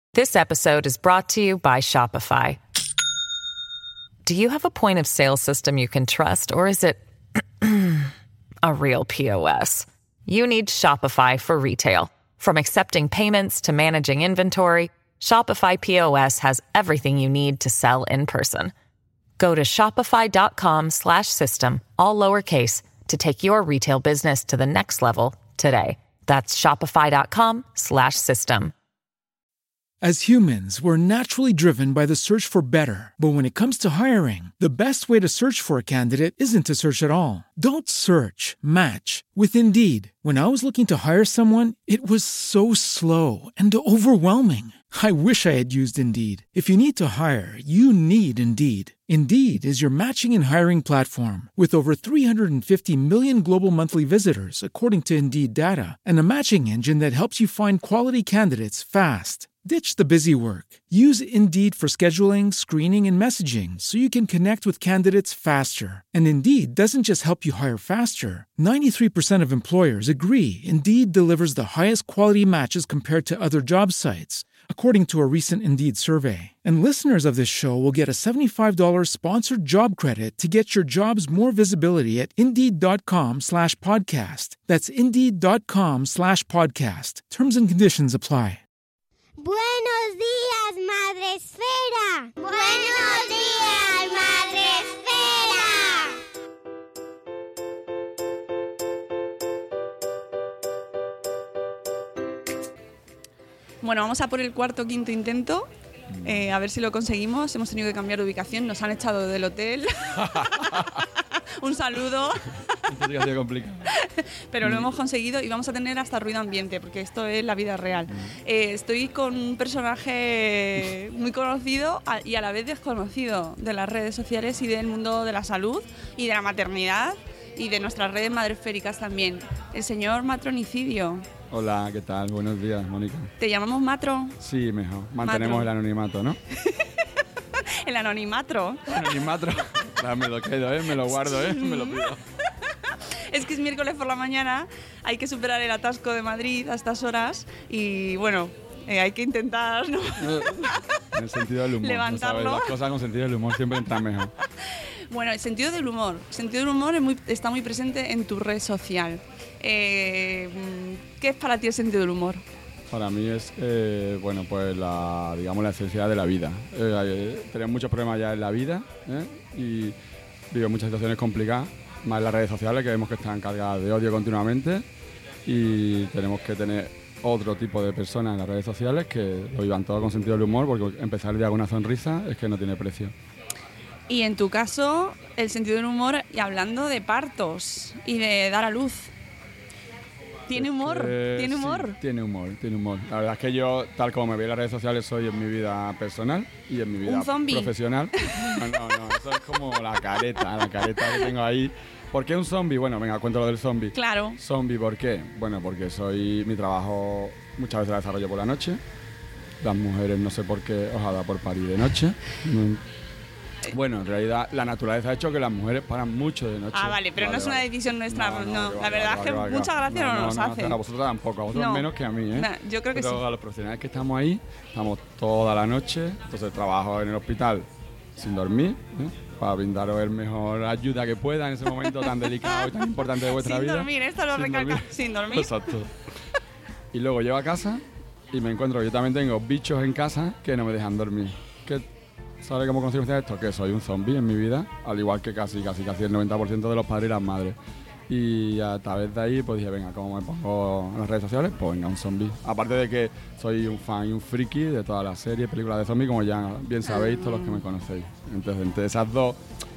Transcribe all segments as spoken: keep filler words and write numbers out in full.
This episode is brought to you by Shopify. Do you have a point of sale system you can trust, or is it a real P O S? You need Shopify for retail. From accepting payments to managing inventory, Shopify P O S has everything you need to sell in person. Go to shopify.com slash system, all lowercase, to take your retail business to the next level today. That's shopify.com slash system. As humans, we're naturally driven by the search for better. But when it comes to hiring, the best way to search for a candidate isn't to search at all. Don't search, match with Indeed. When I was looking to hire someone, it was so slow and overwhelming. I wish I had used Indeed. If you need to hire, you need Indeed. Indeed is your matching and hiring platform with over three hundred fifty million global monthly visitors, according to Indeed data, and a matching engine that helps you find quality candidates fast. Ditch the busy work. Use Indeed for scheduling, screening, and messaging so you can connect with candidates faster. And Indeed doesn't just help you hire faster. ninety-three percent of employers agree Indeed delivers the highest quality matches compared to other job sites, according to a recent Indeed survey. And listeners of this show will get a seventy-five dollars sponsored job credit to get your jobs more visibility at Indeed.com slash podcast. That's Indeed.com slash podcast. Terms and conditions apply. Buenos días, Madre Esfera. Buenos días, Madre Esfera. Bueno, vamos a por el cuarto o quinto intento. Eh, a ver si lo conseguimos. Hemos tenido que cambiar de ubicación. Nos han echado del hotel. Un saludo. Esto sí que ha sido complicado. Pero lo hemos conseguido y vamos a tener hasta ruido ambiente, porque esto es la vida real. Eh, estoy con un personaje muy conocido y a la vez desconocido de las redes sociales y del mundo de la salud y de la maternidad y de nuestras redes madresféricas también. El señor Matronicidio. Hola, ¿qué tal? Buenos días, Mónica. ¿Te llamamos Matro? Sí, mejor. Mantenemos Matro. el anonimato, ¿no? El anonimatro. Anonimato. Me lo quedo, ¿eh? Me lo guardo, ¿eh? Me lo pido. Es que es miércoles por la mañana, hay que superar el atasco de Madrid a estas horas y bueno, eh, hay que intentar, ¿no? En el sentido del humor, levantarlo. ¿no sabes? Las cosas con sentido del humor siempre entran mejor. Bueno, el sentido del humor. El sentido del humor es muy, está muy presente en tu red social. Eh, ¿Qué es para ti el sentido del humor? Para mí es, eh, bueno, pues la, digamos, la esencia de la vida. Eh, tenemos muchos problemas ya en la vida, ¿eh? Y vivo muchas situaciones complicadas, más en las redes sociales que vemos que están cargadas de odio continuamente y tenemos que tener otro tipo de personas en las redes sociales que lo vivan todo con sentido del humor, porque empezar el día con una sonrisa es que no tiene precio. Y en tu caso, el sentido del humor, y hablando de partos y de dar a luz. ¿Tiene humor? Eh, ¿Tiene humor? Sí, tiene humor, tiene humor. La verdad es que yo, tal como me veo en las redes sociales, soy en mi vida personal y en mi vida ¿Un zombie? profesional. No, no, no, eso es como la careta, la careta que tengo ahí. ¿Por qué un zombie? Bueno, venga, cuento lo del zombie. Claro. Zombie, ¿por qué? Bueno, porque soy mi trabajo muchas veces lo desarrollo por la noche. Las mujeres no sé por qué os ha dado por parir de noche. Bueno, en realidad la naturaleza ha hecho que las mujeres paran mucho de noche. Ah, vale, pero vale, no es vale. una decisión nuestra. No, No, no, la vale, verdad vale, es que vale, mucha vale. gracia no, no nos no, hace. A vosotros tampoco, a vosotros No. menos que a mí, ¿eh? Nah, yo creo que pero sí. a los profesionales que estamos ahí, estamos toda la noche, entonces trabajo en el hospital sin dormir, ¿eh? Para brindaros el mejor ayuda que pueda en ese momento tan delicado y tan importante de vuestra Sin vida. dormir, esto lo Sin recalca. dormir. Sin dormir. Exacto. Y luego llego a casa y me encuentro que yo también tengo bichos en casa que no me dejan dormir. ¿Qué, ¿Sabe cómo consecuencia de esto? Que soy un zombie en mi vida, al igual que casi, casi, casi el noventa por ciento de los padres y las madres. Y a través de ahí, pues dije, venga, ¿cómo me pongo en las redes sociales? Pues venga, un zombie. Aparte de que soy un fan y un friki de todas las series, películas de zombies, como ya bien sabéis todos los que me conocéis. Entonces, entre esas dos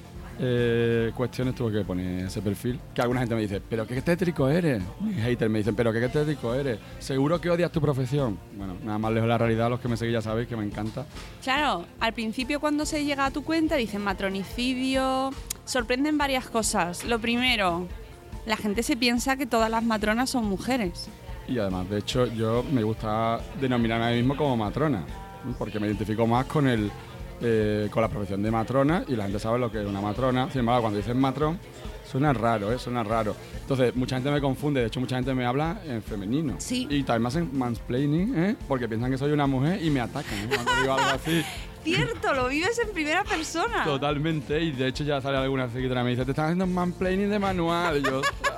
eh, cuestiones tuve que poner ese perfil. Que alguna gente me dice, ¿pero qué tétrico eres? Mis haters me dicen, ¿pero qué tétrico eres? ¿Seguro que odias tu profesión? Bueno, nada más lejos de la realidad, los que me seguís ya sabéis que me encanta. Claro, al principio cuando se llega a tu cuenta dicen matronicidio, sorprenden varias cosas. Lo primero, la gente se piensa que todas las matronas son mujeres. Y además, de hecho, yo me gusta denominarme a mí mismo como matrona, ¿no? Porque me identifico más con el eh, con la profesión de matrona y la gente sabe lo que es una matrona. Sin embargo, cuando dicen matrón, suena raro, ¿eh? Suena raro. Entonces, mucha gente me confunde. De hecho, mucha gente me habla en femenino. Sí. Y también me hacen mansplaining, ¿eh? Porque piensan que soy una mujer y me atacan, ¿eh? Cuando digo algo así. Cierto, lo vives en primera persona. Totalmente. Y de hecho ya sale alguna seguidora y me dice, te están haciendo mansplaining de manual. Y yo...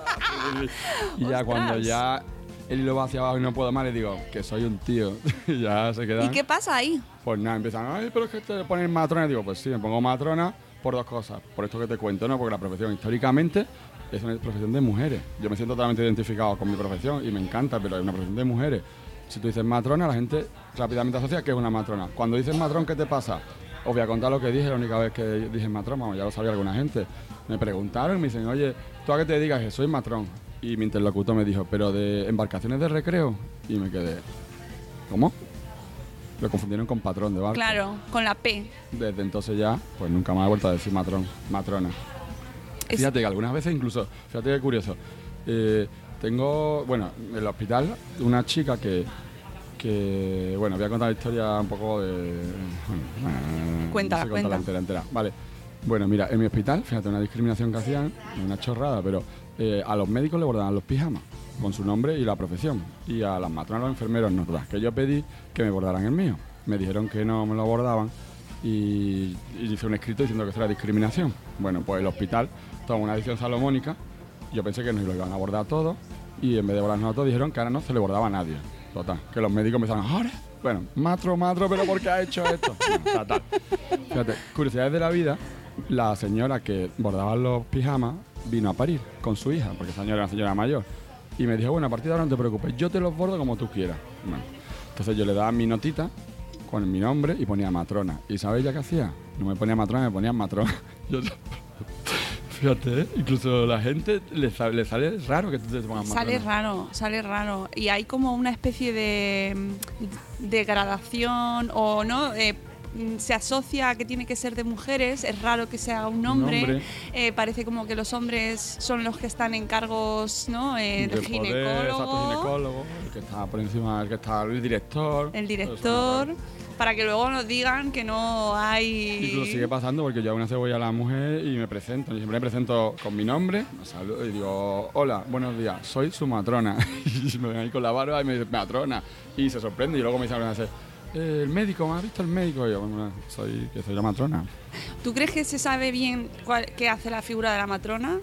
y ya Ostras. cuando ya el hilo va hacia abajo y no puedo más, le digo que soy un tío. Y ya se quedan. ¿Y qué pasa ahí? Pues nada, empiezan, ay, pero es que te ponen matrona. Y digo, pues sí, me pongo matrona por dos cosas. Por esto que te cuento, ¿no? Porque la profesión históricamente es una profesión de mujeres. Yo me siento totalmente identificado con mi profesión y me encanta, pero es una profesión de mujeres. Si tú dices matrona, la gente rápidamente asocia que es una matrona. Cuando dices matrón, ¿qué te pasa? Os voy a contar lo que dije la única vez que dije matrón, vamos, ya lo sabía alguna gente. Me preguntaron y me dicen, oye, ¿tú a qué te dedicas? Que soy matrón. Y mi interlocutor me dijo, ¿pero de embarcaciones de recreo? Y me quedé, ¿cómo? Lo confundieron con patrón de barco. Claro, con la P. Desde entonces ya, pues nunca más he vuelto a decir matrón, matrona. Es- Fíjate que algunas veces incluso, fíjate qué curioso, eh, tengo, bueno, en el hospital, una chica que, que, bueno, voy a contar la historia un poco de... Bueno, eh, Cuéntala, no sé contarla cuenta. entera, entera. Vale. Bueno, mira, en mi hospital, fíjate, una discriminación que hacían, una chorrada, pero eh, a los médicos le bordaban los pijamas con su nombre y la profesión. Y a las matronas, a los enfermeros, no, ¿verdad? Que yo pedí que me bordaran el mío. Me dijeron que no me lo bordaban y, y hice un escrito diciendo que eso era discriminación. Bueno, pues el hospital tomó una decisión salomónica. Yo pensé que nos lo iban a bordar todo y en vez de bordarnos a todos dijeron que ahora no se le bordaba a nadie. Total, que los médicos me decían, ahora, bueno, matro, matro, pero ¿por qué ha hecho esto? Bueno, total. Fíjate, curiosidades de la vida, la señora que bordaba los pijamas vino a parir con su hija, porque esa señora era una señora mayor. Y me dijo, bueno, a partir de ahora no te preocupes, yo te los bordo como tú quieras. Bueno, entonces yo le daba mi notita con mi nombre y ponía matrona. ¿Y sabéis ya qué hacía? No me ponía matrona, me ponía matrona. Yo- Fíjate, ¿eh? Incluso la gente le, sa- le sale raro que tú te pongas matrona. Sale raro, sale raro. Y hay como una especie de mm, degradación o no. Eh, mm, se asocia a que tiene que ser de mujeres, es raro que sea un hombre. hombre. Eh, parece como que los hombres son los que están en cargos, ¿no? Eh, De el poder, ginecólogo, exacto, ginecólogo, el que está por encima, el que está el director. el Todo director, eso, para que luego nos digan que no hay... Incluso sigue pasando porque yo aún así voy a la mujer y me presento. Yo siempre me presento con mi nombre, me saludo y digo, hola, buenos días, soy su matrona. Y me ven ahí con la barba y me dicen, matrona. Y se sorprende y luego me dicen, eh, el médico, ¿me has visto el médico? Y yo, bueno, soy, que soy la matrona. ¿Tú crees que se sabe bien cuál, qué hace la figura de la matrona?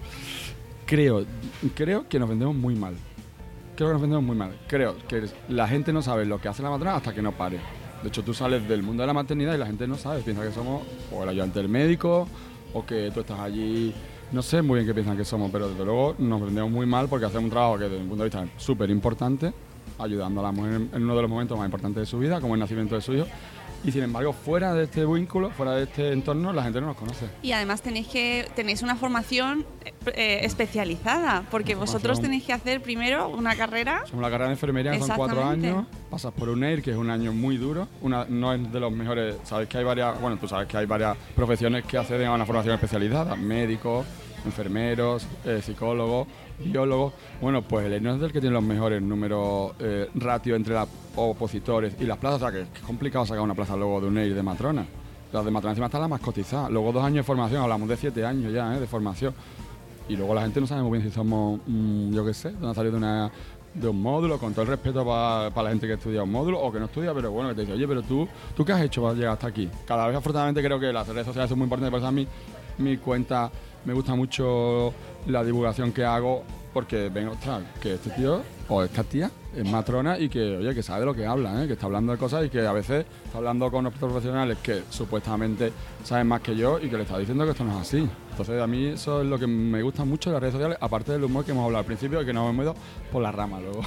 Creo, creo que nos vendemos muy mal. Creo que nos vendemos muy mal. Creo que la gente no sabe lo que hace la matrona hasta que no pare. De hecho, tú sales del mundo de la maternidad y la gente no sabe. Piensa que somos o el ayudante del médico o que tú estás allí. No sé muy bien qué piensan que somos, pero desde luego nos vendemos muy mal porque hacemos un trabajo que desde mi punto de vista es súper importante, ayudando a la mujer en- en uno de los momentos más importantes de su vida, como el nacimiento de su hijo. Y sin embargo, fuera de este vínculo, fuera de este entorno, la gente no nos conoce. Y además tenéis que tenéis una formación eh, especializada, porque Una vosotros formación. tenéis que hacer primero una carrera. Somos la carrera de enfermería, que son cuatro Exactamente. años, pasas por un E I R, que es un año muy duro, una, no es de los mejores, sabes que hay varias, bueno, tú sabes que hay varias profesiones que acceden a una formación especializada, médicos, enfermeros, eh, psicólogos, biólogos. Bueno, pues el E I R no es del que tiene los mejores números, eh, ratio entre los opositores y las plazas, o sea que es complicado sacar una plaza luego de un E I R de matrona. Las de matrona encima están las más cotizadas, luego dos años de formación, hablamos de siete años ya, ¿eh? De formación. Y luego la gente no sabe muy bien si somos, mm, yo qué sé, de una salida de, una, de un módulo, con todo el respeto para la gente que estudia un módulo o que no estudia, pero bueno, que te dice, oye, pero tú, ¿tú qué has hecho para llegar hasta aquí? Cada vez, afortunadamente, creo que las redes sociales son muy importantes, por eso a mí mi cuenta me gusta mucho la divulgación que hago, porque ven, ostras, que este tío o esta tía es matrona y que, oye, que sabe de lo que habla, ¿eh? Que está hablando de cosas y que a veces está hablando con otros profesionales que supuestamente saben más que yo y que le está diciendo que esto no es así. Entonces, a mí eso es lo que me gusta mucho de las redes sociales, aparte del humor que hemos hablado al principio y que nos hemos ido por la rama luego.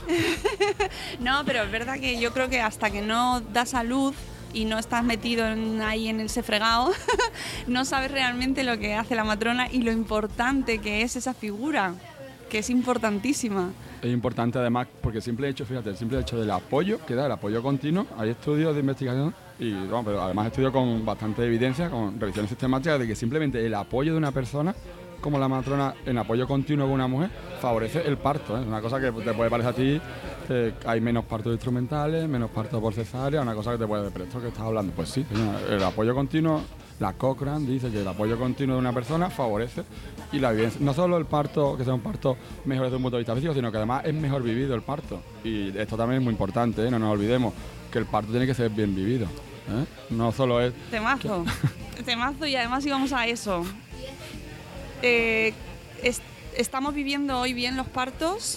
No, pero es verdad que yo creo que hasta que no das a luz y no estás metido en- ahí en ese fregado, no sabes realmente lo que hace la matrona y lo importante que es esa figura, que es importantísima. Es importante además porque el simple hecho, fíjate, el simple hecho del apoyo que da, el apoyo continuo, hay estudios de investigación y bueno, pero además estudios con bastante evidencia, con revisiones sistemáticas de que simplemente el apoyo de una persona como la matrona en apoyo continuo con una mujer favorece el parto, ¿eh? Es una cosa que te puede parecer a ti, eh, hay menos partos instrumentales, menos partos por cesárea, una cosa que te puede... ¿Pero esto que estás hablando? Pues sí, señora, el apoyo continuo, la Cochrane dice que el apoyo continuo de una persona favorece y la vivencia, no solo el parto, que sea un parto mejor desde un punto de vista físico, sino que además es mejor vivido el parto. Y esto también es muy importante, ¿eh? No nos olvidemos que el parto tiene que ser bien vivido, ¿eh? No solo es... Temazo, temazo y además íbamos a eso. Eh, es, ¿Estamos viviendo hoy bien los partos?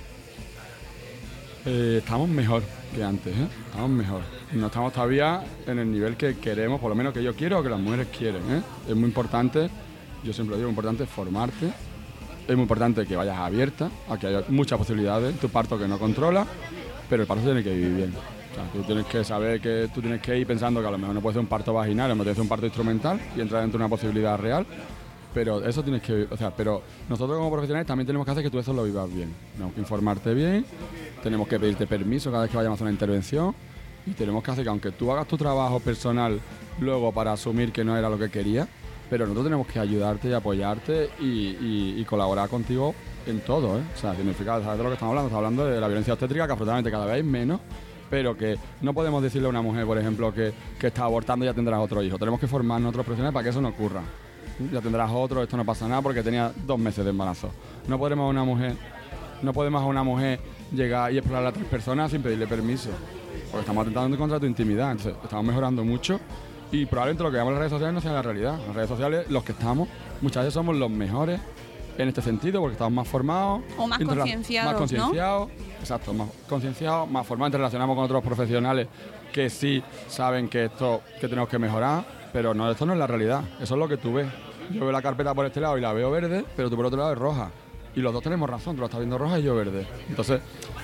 Eh, estamos mejor que antes, ¿eh? Estamos mejor. No estamos todavía en el nivel que queremos, por lo menos que yo quiero o que las mujeres quieren, ¿eh? Es muy importante, yo siempre lo digo, es importante formarte, es muy importante que vayas abierta a que haya muchas posibilidades, tu parto que no controla, pero el parto tiene que vivir bien. O sea, tú tienes que saber que tú tienes que ir pensando que a lo mejor no puede ser un parto vaginal, a lo mejor puede ser un parto instrumental y entrar dentro de una posibilidad real. Pero eso tienes que, o sea, pero nosotros como profesionales también tenemos que hacer que tú eso lo vivas bien. Tenemos que informarte bien, tenemos que pedirte permiso cada vez que vayamos a una intervención y tenemos que hacer que aunque tú hagas tu trabajo personal luego para asumir que no era lo que querías, pero nosotros tenemos que ayudarte y apoyarte y, y, y colaborar contigo en todo, ¿eh? O sea, significa, ¿sabes de lo que estamos hablando? Estamos hablando de la violencia obstétrica, que afortunadamente cada vez hay menos, pero que no podemos decirle a una mujer, por ejemplo, que, que está abortando y ya tendrás otro hijo. Tenemos que formarnos otros profesionales para que eso no ocurra. Ya tendrás otro, esto no pasa nada porque tenía dos meses de embarazo. No podemos a una mujer, no podemos a una mujer llegar y explorar a tres personas sin pedirle permiso, porque estamos atentando contra tu intimidad. Entonces, estamos mejorando mucho y probablemente lo que veamos en las redes sociales no sea la realidad. En las redes sociales, los que estamos, muchas veces somos los mejores en este sentido porque estamos más formados. O más interla- concienciados, Más concienciados, ¿no? Exacto, más concienciados, más formados, relacionamos con otros profesionales que sí saben que esto, que tenemos que mejorar, pero no, esto no es la realidad, eso es lo que tú ves. Yo veo la carpeta por este lado y la veo verde, pero tú por otro lado es roja. Y los dos tenemos razón, tú lo estás viendo roja y yo verde. Entonces,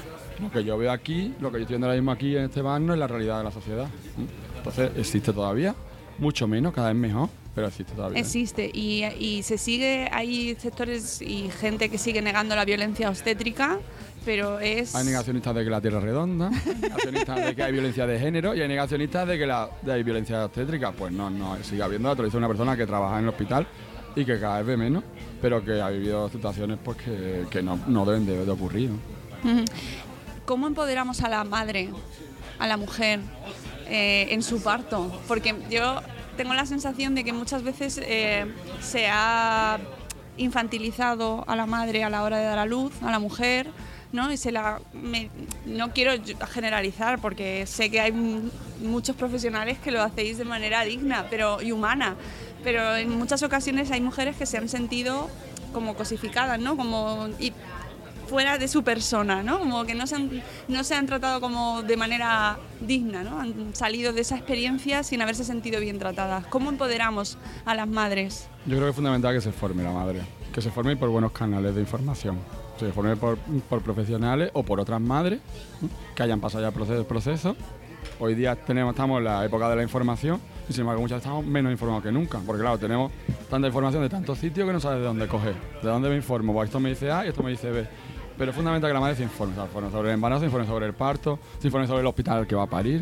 lo que yo veo aquí, lo que yo estoy viendo ahora mismo aquí en este bar no es la realidad de la sociedad. Entonces, existe todavía, mucho menos, cada vez mejor, pero existe todavía. Existe y, y se sigue, hay sectores y gente que sigue negando la violencia obstétrica, pero es... Hay negacionistas de que la Tierra es redonda, hay negacionistas de que hay violencia de género y hay negacionistas de que la, de hay violencia obstétrica. Pues no, no, sigue habiendo, te lo dice una persona que trabaja en el hospital y que cada vez ve menos, pero que ha vivido situaciones pues que, que no, no deben de, de ocurrir, ¿no? ¿Cómo empoderamos a la madre, a la mujer, eh, en su parto? Porque yo tengo la sensación de que muchas veces eh, se ha infantilizado a la madre a la hora de dar a luz, a la mujer, ¿no? Y se la, me, no quiero generalizar porque sé que hay m- muchos profesionales que lo hacéis de manera digna pero, y humana, pero en muchas ocasiones hay mujeres que se han sentido como cosificadas, ¿no? Como y fuera de su persona, ¿no? Como que no se han, no se han tratado como de manera digna, ¿no? Han salido de esa experiencia sin haberse sentido bien tratadas. ¿Cómo empoderamos a las madres? Yo creo que es fundamental que se forme la madre, que se forme por buenos canales de información. Se forme por, por profesionales o por otras madres, ¿no?, que hayan pasado ya el proceso, el proceso. Hoy día tenemos, estamos en la época de la información y sin embargo muchas veces estamos menos informados que nunca, porque claro, tenemos tanta información de tantos sitios que no sabes de dónde coger, de dónde me informo, pues esto me dice A y esto me dice B. Pero es fundamental que la madre se informe, se informe sobre el embarazo, se informe sobre el parto, se informe sobre el hospital al que va a parir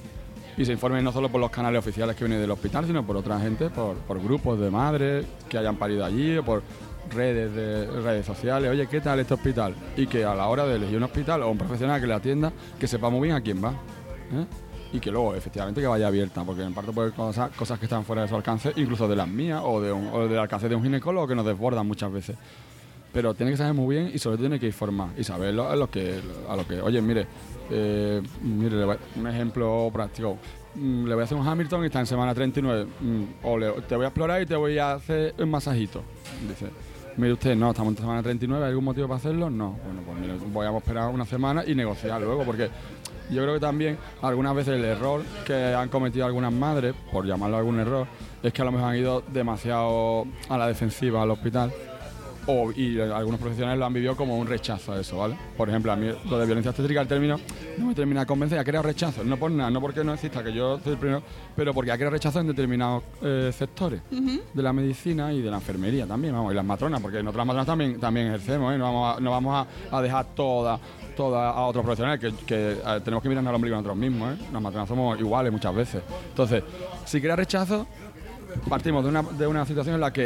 y se informe no solo por los canales oficiales que vienen del hospital, sino por otra gente, por, por grupos de madres que hayan parido allí o por redes de redes sociales. Oye, ¿qué tal este hospital? Y que a la hora de elegir un hospital o un profesional que le atienda, que sepa muy bien a quién va, ¿eh? Y que luego efectivamente que vaya abierta, porque en parte puede cosas, cosas que están fuera de su alcance, incluso de las mías o, de un, o del alcance de un ginecólogo, que nos desbordan muchas veces. Pero tiene que saber muy bien y sobre todo tiene que informar y saber lo, a lo que, a lo que, oye, mire, eh, mire, le voy, un ejemplo práctico. Mm, le voy a hacer un Hamilton y está en semana treinta y nueve. Mm, o le, te voy a explorar y te voy a hacer un masajito. Dice, mire usted, no, estamos en semana treinta y nueve, ¿hay algún motivo para hacerlo? No. Bueno, pues mire, voy a esperar una semana y negociar luego, porque yo creo que también algunas veces el error que han cometido algunas madres, por llamarlo algún error, es que a lo mejor han ido demasiado a la defensiva al hospital. O, y algunos profesionales lo han vivido como un rechazo a eso, ¿vale? Por ejemplo, a mí lo de violencia obstétrica, el término no me termina de convencer, ha creado rechazo, no por nada, no porque no exista, que yo soy el primero, pero porque ha creado rechazo en determinados eh, sectores uh-huh. de la medicina y de la enfermería también, vamos, y las matronas, porque nosotras matronas también, también ejercemos, ¿eh? No vamos a, no vamos a, a dejar toda, toda a otros profesionales, que, que a, tenemos que mirarnos al ombligo nosotros mismos, ¿eh? Las matronas somos iguales muchas veces. Entonces, si crea rechazo, partimos de una, de una situación en la que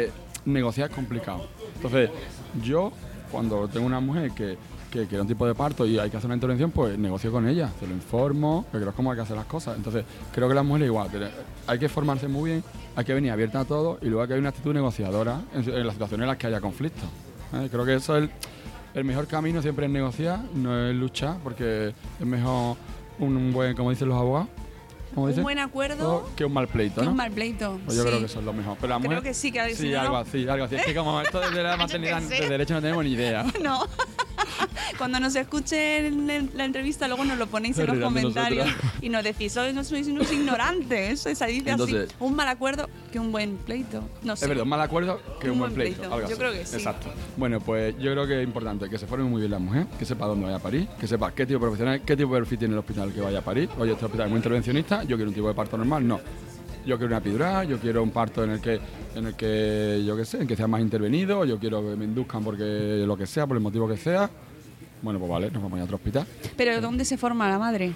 negociar es complicado. Entonces, yo, cuando tengo una mujer que, que quiere un tipo de parto y hay que hacer una intervención, pues negocio con ella, se lo informo, que creo cómo hay que hacer las cosas. Entonces, creo que las mujeres igual, hay que formarse muy bien, hay que venir abierta a todo y luego hay que haber una actitud negociadora en, en las situaciones en las que haya conflictos. ¿eh? Creo que eso es el, el mejor camino, siempre es negociar, no es luchar, porque es mejor un buen, como dicen los abogados, un dice? buen acuerdo que un mal pleito, que ¿no? un mal pleito. Pues yo sí. creo que eso es lo mejor. Pero la creo mujer, que sí, que a sí, no, algo no. así, algo así. Es que como esto de la maternidad, de derecho no tenemos ni idea. No. Cuando nos escuchen la entrevista, luego nos lo ponéis en los comentarios y nos decís, sois, no sois unos ignorantes. Se dice Entonces, así, un mal acuerdo que un buen pleito. No sé. Es verdad, un mal acuerdo que un, un buen buen pleito. pleito. Algo Yo así. creo que sí. Exacto. Bueno, pues yo creo que es importante que se forme muy bien la mujer, que sepa dónde vaya a parir, que sepa qué tipo de profesional, qué tipo de perfil tiene el hospital que vaya a parir. Oye, este hospital es muy intervencionista, yo quiero un tipo de parto normal, no. Yo quiero una epidural, yo quiero un parto en el que, en el que yo qué sé, en que sea más intervenido, yo quiero que me induzcan porque lo que sea, por el motivo que sea. Bueno, pues vale, nos vamos a ir a otro hospital. Pero ¿dónde se forma la madre?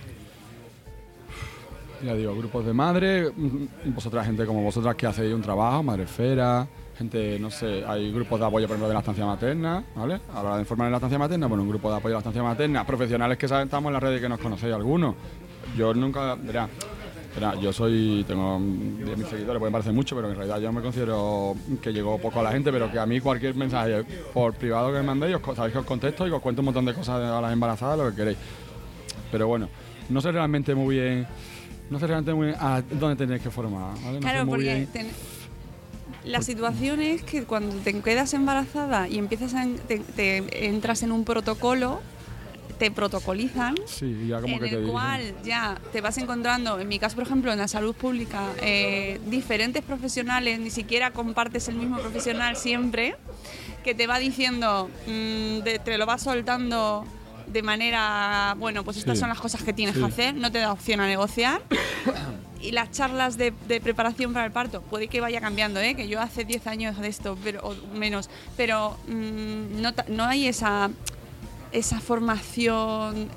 Ya digo, grupos de madre, vosotras, gente como vosotras que hacéis un trabajo, madrefera, gente, no sé, hay grupos de apoyo, por ejemplo, de la estancia materna, ¿vale? A la hora de informar en la estancia materna, bueno, un grupo de apoyo de la estancia materna, profesionales que saben, estamos en las redes y que nos conocéis algunos. Yo nunca, verá, verá, yo soy, tengo de mis seguidores, pueden parecer mucho, pero en realidad yo me considero que llegó poco a la gente, pero que a mí cualquier mensaje por privado que me mandéis, os, sabéis que os contesto y que os cuento un montón de cosas a las embarazadas, lo que queréis. Pero bueno, no sé realmente muy bien... No sé realmente muy bien a dónde tenéis que formar, ¿vale? No claro, sé muy porque bien. ten... la situación es que cuando te quedas embarazada y empiezas a en... te, te entras en un protocolo, te protocolizan, sí, ya como en que te el dirigen. cual ya te vas encontrando, en mi caso, por ejemplo, en la salud pública, eh, diferentes profesionales, ni siquiera compartes el mismo profesional siempre, que te va diciendo, mmm, de, te lo va soltando de manera, bueno, pues estas Sí. son las cosas que tienes Sí. que hacer, no te da opción a negociar. Y las charlas de, de preparación para el parto, puede que vaya cambiando, ¿eh? Que yo hace diez años de esto, pero, o menos, pero mmm, no, no hay esa, esa formación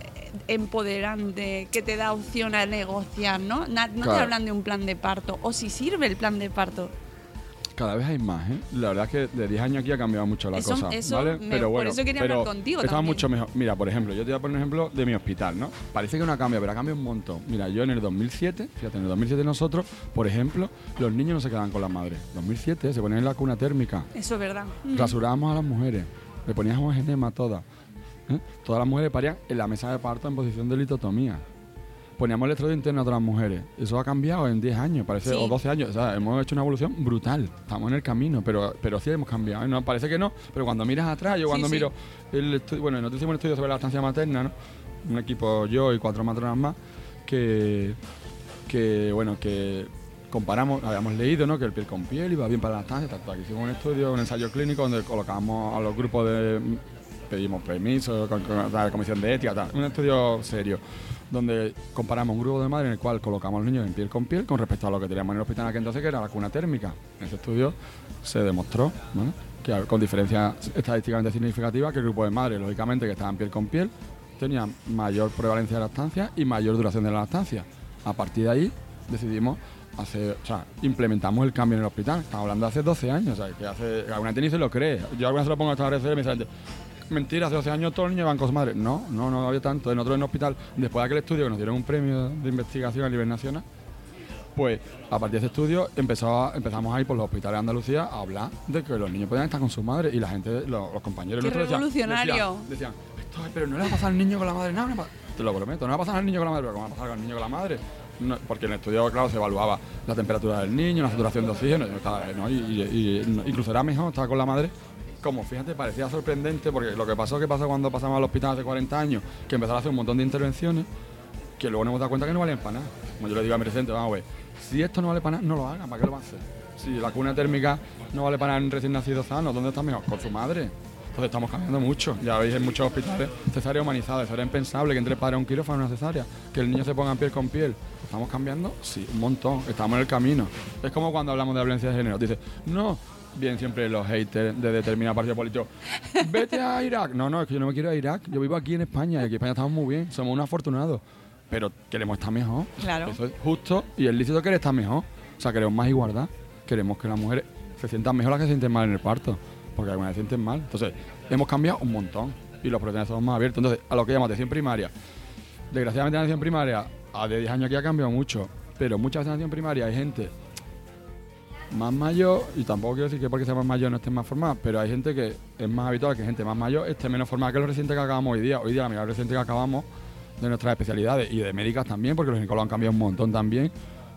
empoderante que te da opción a negociar, ¿no? Na, no Claro. te hablan de un plan de parto, o si sirve el plan de parto. Cada vez hay más, ¿eh? La verdad es que de diez años aquí ha cambiado mucho la Eso- cosa, eso ¿vale? me- Pero por bueno, eso quería pero hablar contigo está también. mucho mejor. Mira, por ejemplo, yo te voy a poner un ejemplo de mi hospital, ¿no? Parece que no ha cambiado, pero ha cambiado un montón. Mira, yo en el dos mil siete, fíjate, en el dos mil siete nosotros, por ejemplo, los niños no se quedaban con las madres. dos mil siete se ponían en la cuna térmica, Eso es verdad. Mm. rasurábamos a las mujeres, le poníamos enema a todas. ¿eh? Todas las mujeres parían en la mesa de parto en posición de litotomía. Poníamos el electrodo interno a todas las mujeres. Eso ha cambiado en diez años, parece, Sí. o doce años. O sea, hemos hecho una evolución brutal. Estamos en el camino, pero, pero sí hemos cambiado. ¿eh? No, parece que no, pero cuando miras atrás, yo Sí, cuando sí. miro el estudio, bueno, nosotros hicimos un estudio sobre la lactancia materna, ¿no? Un equipo, yo y cuatro matronas más, que, que bueno, que comparamos, habíamos leído, ¿no? Que el piel con piel iba bien para la lactancia, tanto. Aquí hicimos un estudio, un ensayo clínico donde colocamos a los grupos de, pedimos permiso con, con la comisión de ética, tal. Un estudio serio donde comparamos un grupo de madres en el cual colocamos a los niños en piel con piel con respecto a lo que teníamos en el hospital aquel entonces, que era la cuna térmica. En ese estudio se demostró, ¿no? Que con diferencia estadísticamente significativa que el grupo de madres, lógicamente, que estaban piel con piel, tenían mayor prevalencia de lactancia y mayor duración de la lactancia. A partir de ahí decidimos hacer, o sea, implementamos el cambio en el hospital. Estamos hablando de hace doce años, o sea, que hace, alguna gente ni se lo cree. Yo alguna vez se lo pongo a esta red y me dice la gente, mentira, hace doce años todos los niños van con su madre. No, no, no había tanto. En otro en el hospital, después de aquel estudio que nos dieron un premio de investigación a nivel nacional, pues a partir de ese estudio empezó a- empezamos a ir por los hospitales de Andalucía a hablar de que los niños podían estar con su madre y la gente, los, los compañeros ¡Qué nuestros decían- revolucionario! decían, decían, esto, pero no le va a pasar al niño con la madre, no, no, te lo prometo, no le va a pasar al niño con la madre, pero ¿cómo va a pasar con el niño con la madre? No, porque en el estudio, claro, se evaluaba la temperatura del niño, la saturación de oxígeno, y, estaba, ¿no? y, y- y incluso era mejor estar con la madre. Como, fíjate, parecía sorprendente, porque lo que pasó, que pasó cuando pasamos al hospital hace cuarenta años, que empezaron a hacer un montón de intervenciones, que luego nos hemos dado cuenta que no valían para nada. Como yo le digo a mi residente, vamos a ver, si esto no vale para nada, no lo hagan, ¿para qué lo van a hacer? Si la cuna térmica no vale para un recién nacido sano, ¿dónde está mejor? Con su madre. Entonces estamos cambiando mucho. Ya veis en muchos hospitales cesárea humanizada. Eso era impensable, que entre padres a un quirófano una cesárea, que el niño se ponga en piel con piel. ¿Estamos cambiando? Sí, un montón. Estamos en el camino. Es como cuando hablamos de violencia de género. Dice, no, bien siempre los haters de determinado partido político. Vete a Irak. No, no, es que yo no me quiero ir a Irak. Yo vivo aquí en España y aquí en España estamos muy bien. Somos unos afortunados. Pero queremos estar mejor. Claro. Eso es justo y es lícito querer estar mejor. O sea, queremos más igualdad. Queremos que las mujeres se sientan mejor las que se sienten mal en el parto, porque algunas se sienten mal. Entonces, hemos cambiado un montón y los profesionales somos más abiertos. Entonces, a lo que llamamos atención primaria, desgraciadamente la atención primaria a de diez años aquí ha cambiado mucho, pero muchas veces en atención primaria hay gente más mayor, y tampoco quiero decir que porque sea más mayor no esté más formada, pero hay gente que es más habitual que gente más mayor esté menos formada que los residentes que acabamos hoy día. Hoy día la mayoría de los residentes que acabamos de nuestras especialidades y de médicas también, porque los ginecólogos han cambiado un montón también,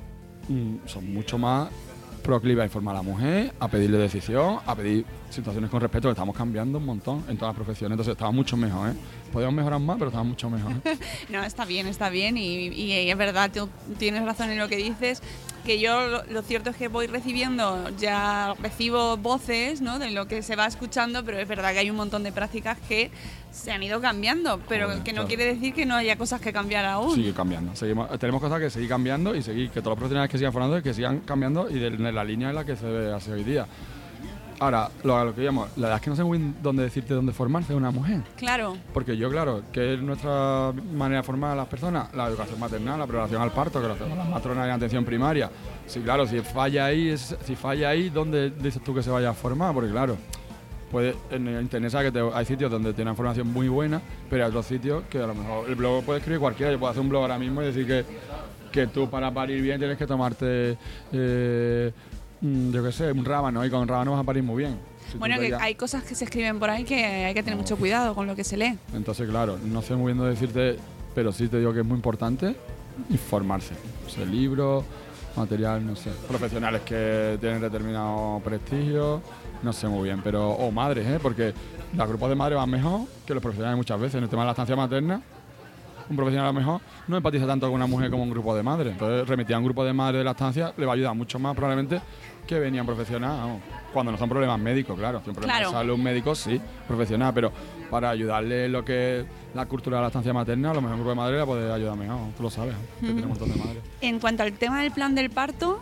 son mucho más proclives a informar a la mujer, a pedirle decisión, a pedir situaciones con respeto, que estamos cambiando un montón en todas las profesiones, entonces estamos mucho mejor, ¿eh? Podemos mejorar más, pero estamos mucho mejor. No, está bien, está bien y, y, y es verdad, tú tienes razón en lo que dices, que yo lo, lo cierto es que voy recibiendo, ya recibo voces, ¿no?, de lo que se va escuchando, pero es verdad que hay un montón de prácticas que se han ido cambiando, pero Joder, que no claro. quiere decir que no haya cosas que cambiar aún. Sigue cambiando, seguimos, tenemos cosas que seguir cambiando y seguir, que todos los profesionales que sigan formando, que sigan cambiando y de, de la línea en la que se hace hoy día. Ahora, lo, a lo que llamo, la verdad es que no sé muy bien dónde decirte dónde formarse una mujer. Claro. Porque yo, claro, que es nuestra manera de formar a las personas, la educación maternal, la preparación al parto, que lo hacemos las matronas de atención primaria. Sí, claro, si falla ahí, si falla ahí, ¿dónde dices tú que se vaya a formar? Porque claro, puede, en internet sabes que te, hay sitios donde tienen información muy buena, pero hay otros sitios que a lo mejor el blog puede escribir cualquiera. Yo puedo hacer un blog ahora mismo y decir que, que tú para parir bien tienes que tomarte... Eh, yo qué sé, un rábano, y con un rábano vas a parir muy bien. Si bueno, que hay cosas que se escriben por ahí que hay que tener no. mucho cuidado con lo que se lee. Entonces, claro, no sé muy bien dónde decirte, pero sí te digo que es muy importante informarse. O sea, libros, material, no sé, profesionales que tienen determinado prestigio, no sé muy bien, pero o madres, ¿eh? Porque los grupos de madres van mejor que los profesionales muchas veces. En el tema de la estancia materna, un profesional a lo mejor no empatiza tanto con una mujer como un grupo de madres. Entonces, remitir a un grupo de madres de la estancia le va a ayudar mucho más probablemente que venían profesionales, vamos, cuando no son problemas médicos, claro. Si un problema claro. de salud médico, sí, profesional, pero para ayudarle lo que es la cultura de la estancia materna, a lo mejor un grupo de madres le puede ayudar mejor, tú lo sabes, que mm. tenemos un montón de madres. En cuanto al tema del plan del parto,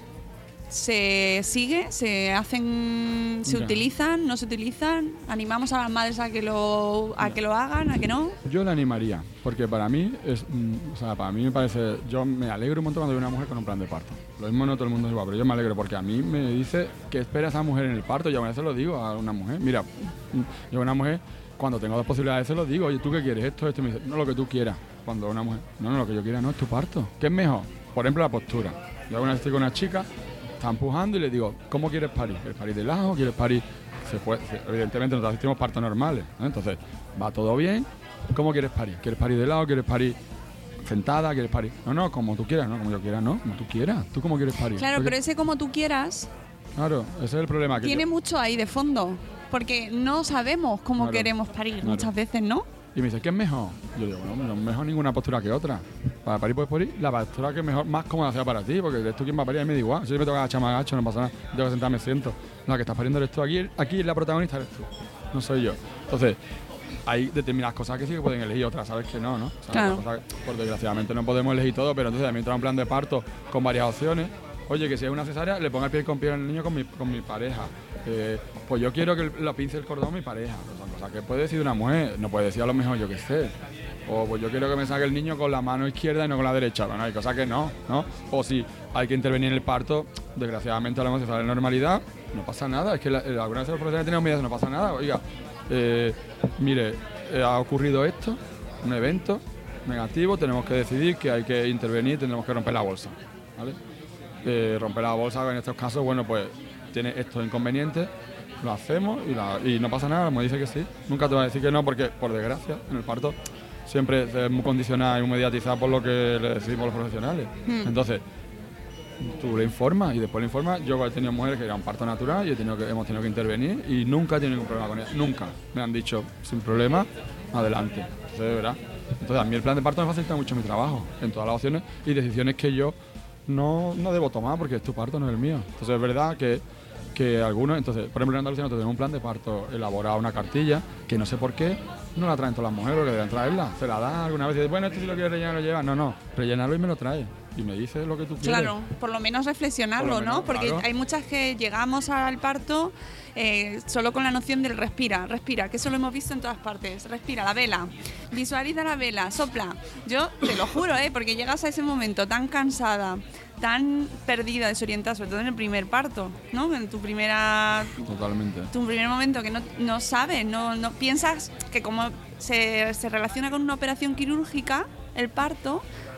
¿se sigue? ¿Se hacen, se ya. utilizan, no se utilizan? ¿Animamos a las madres a que lo a que lo hagan, a que no? Yo la animaría, porque para mí es, o sea, para mí me parece, yo me alegro un montón cuando veo una mujer con un plan de parto. Lo mismo no todo el mundo es igual, pero yo me alegro porque a mí me dice que espera esa mujer en el parto. Yo a veces lo digo a una mujer, mira, yo a una mujer cuando tengo dos posibilidades se lo digo, oye, ¿tú qué quieres? Esto, esto, y me dice, no, lo que tú quieras. Cuando una mujer, no, no, lo que yo quiera no es tu parto. ¿Qué es mejor? Por ejemplo, la postura. Yo alguna vez estoy con una chica, está empujando y le digo, ¿cómo quieres parir? ¿Quieres parir de lado? ¿Quieres parir? Se puede, se, evidentemente nosotros asistimos partos normales, ¿no? Entonces, va todo bien. ¿Cómo quieres parir? ¿Quieres parir de lado? ¿Quieres parir sentada? ¿Quieres parir? No, no, como tú quieras, no, como yo quiera, no, como tú quieras. ¿Tú cómo quieres parir? Claro, porque, pero ese como tú quieras... Claro, ese es el problema. Que tiene yo, mucho ahí de fondo, porque no sabemos cómo claro, queremos parir claro. muchas veces, ¿no? Y me dice, ¿qué es mejor? Yo digo, no, no es mejor ninguna postura que otra. Para parir puedes parir la postura que es mejor, más cómoda sea para ti, porque eres tú quien va a parir, a mí me da igual. Si yo me tengo que agachar, me agacho, no pasa nada. Tengo que sentarme, siento. La que estás pariendo eres tú. Aquí, aquí la protagonista eres tú, no soy yo. Entonces, hay determinadas cosas que sí que pueden elegir, otras sabes que no, ¿no? O sea, claro. cosas que, por desgraciadamente no podemos elegir todo, pero entonces a mí me trae un plan de parto con varias opciones. Oye, que si es una cesárea, le ponga el pie con pie al niño con mi, con mi pareja. Eh, pues yo quiero que lo pince el cordón mi pareja. Son cosas que puede decir una mujer, no puede decir a lo mejor yo qué sé. O pues yo quiero que me saque el niño con la mano izquierda y no con la derecha. Bueno, hay cosas que no, ¿no? O si hay que intervenir en el parto, desgraciadamente a lo mejor se sale en normalidad, no pasa nada. Es que la, algunas veces los profesionales tienen medidas, no pasa nada. Oiga, eh, mire, eh, ha ocurrido esto, un evento negativo, tenemos que decidir que hay que intervenir, tenemos que romper la bolsa, ¿vale? Eh, romper la bolsa en estos casos, bueno, pues tiene estos inconvenientes, lo hacemos y, la, y no pasa nada, me dice que sí. Nunca te va a decir que no, porque por desgracia en el parto siempre es muy condicionada y muy mediatizada por lo que le decimos los profesionales. Hmm. Entonces, tú le informas y después le informas. Yo he tenido mujeres que eran parto natural y he tenido que, hemos tenido que intervenir y nunca he tenido ningún problema con ellas. Nunca. Me han dicho, sin problema, adelante. Entonces, ¿verdad? Entonces, a mí el plan de parto me facilita mucho mi trabajo en todas las opciones y decisiones que yo no, no debo tomar porque es tu parto, no es el mío. Entonces, es verdad que, que algunos... Entonces, por ejemplo, en Andalucía nosotros tenemos un plan de parto elaborado, una cartilla, que no sé por qué no la traen todas las mujeres, porque deben traerla. Se la da alguna vez y dice, bueno, esto si lo quieres rellenar lo lleva. No, no, rellenarlo y me lo trae. y me dices lo que tú quieres. Claro, por lo menos reflexionarlo, Por lo menos, ¿no? Porque claro. hay muchas que llegamos al parto eh, solo con la noción del respira, respira, que eso lo hemos visto en todas partes. Respira, la vela, visualiza la vela, sopla. Yo te lo juro, ¿eh? Porque llegas a ese momento tan cansada, tan perdida, desorientada, sobre todo en el primer parto, ¿no? En tu primera... Totalmente. Tu primer momento que no, no sabes, no, no piensas que como se, se relaciona con una operación quirúrgica, el parto,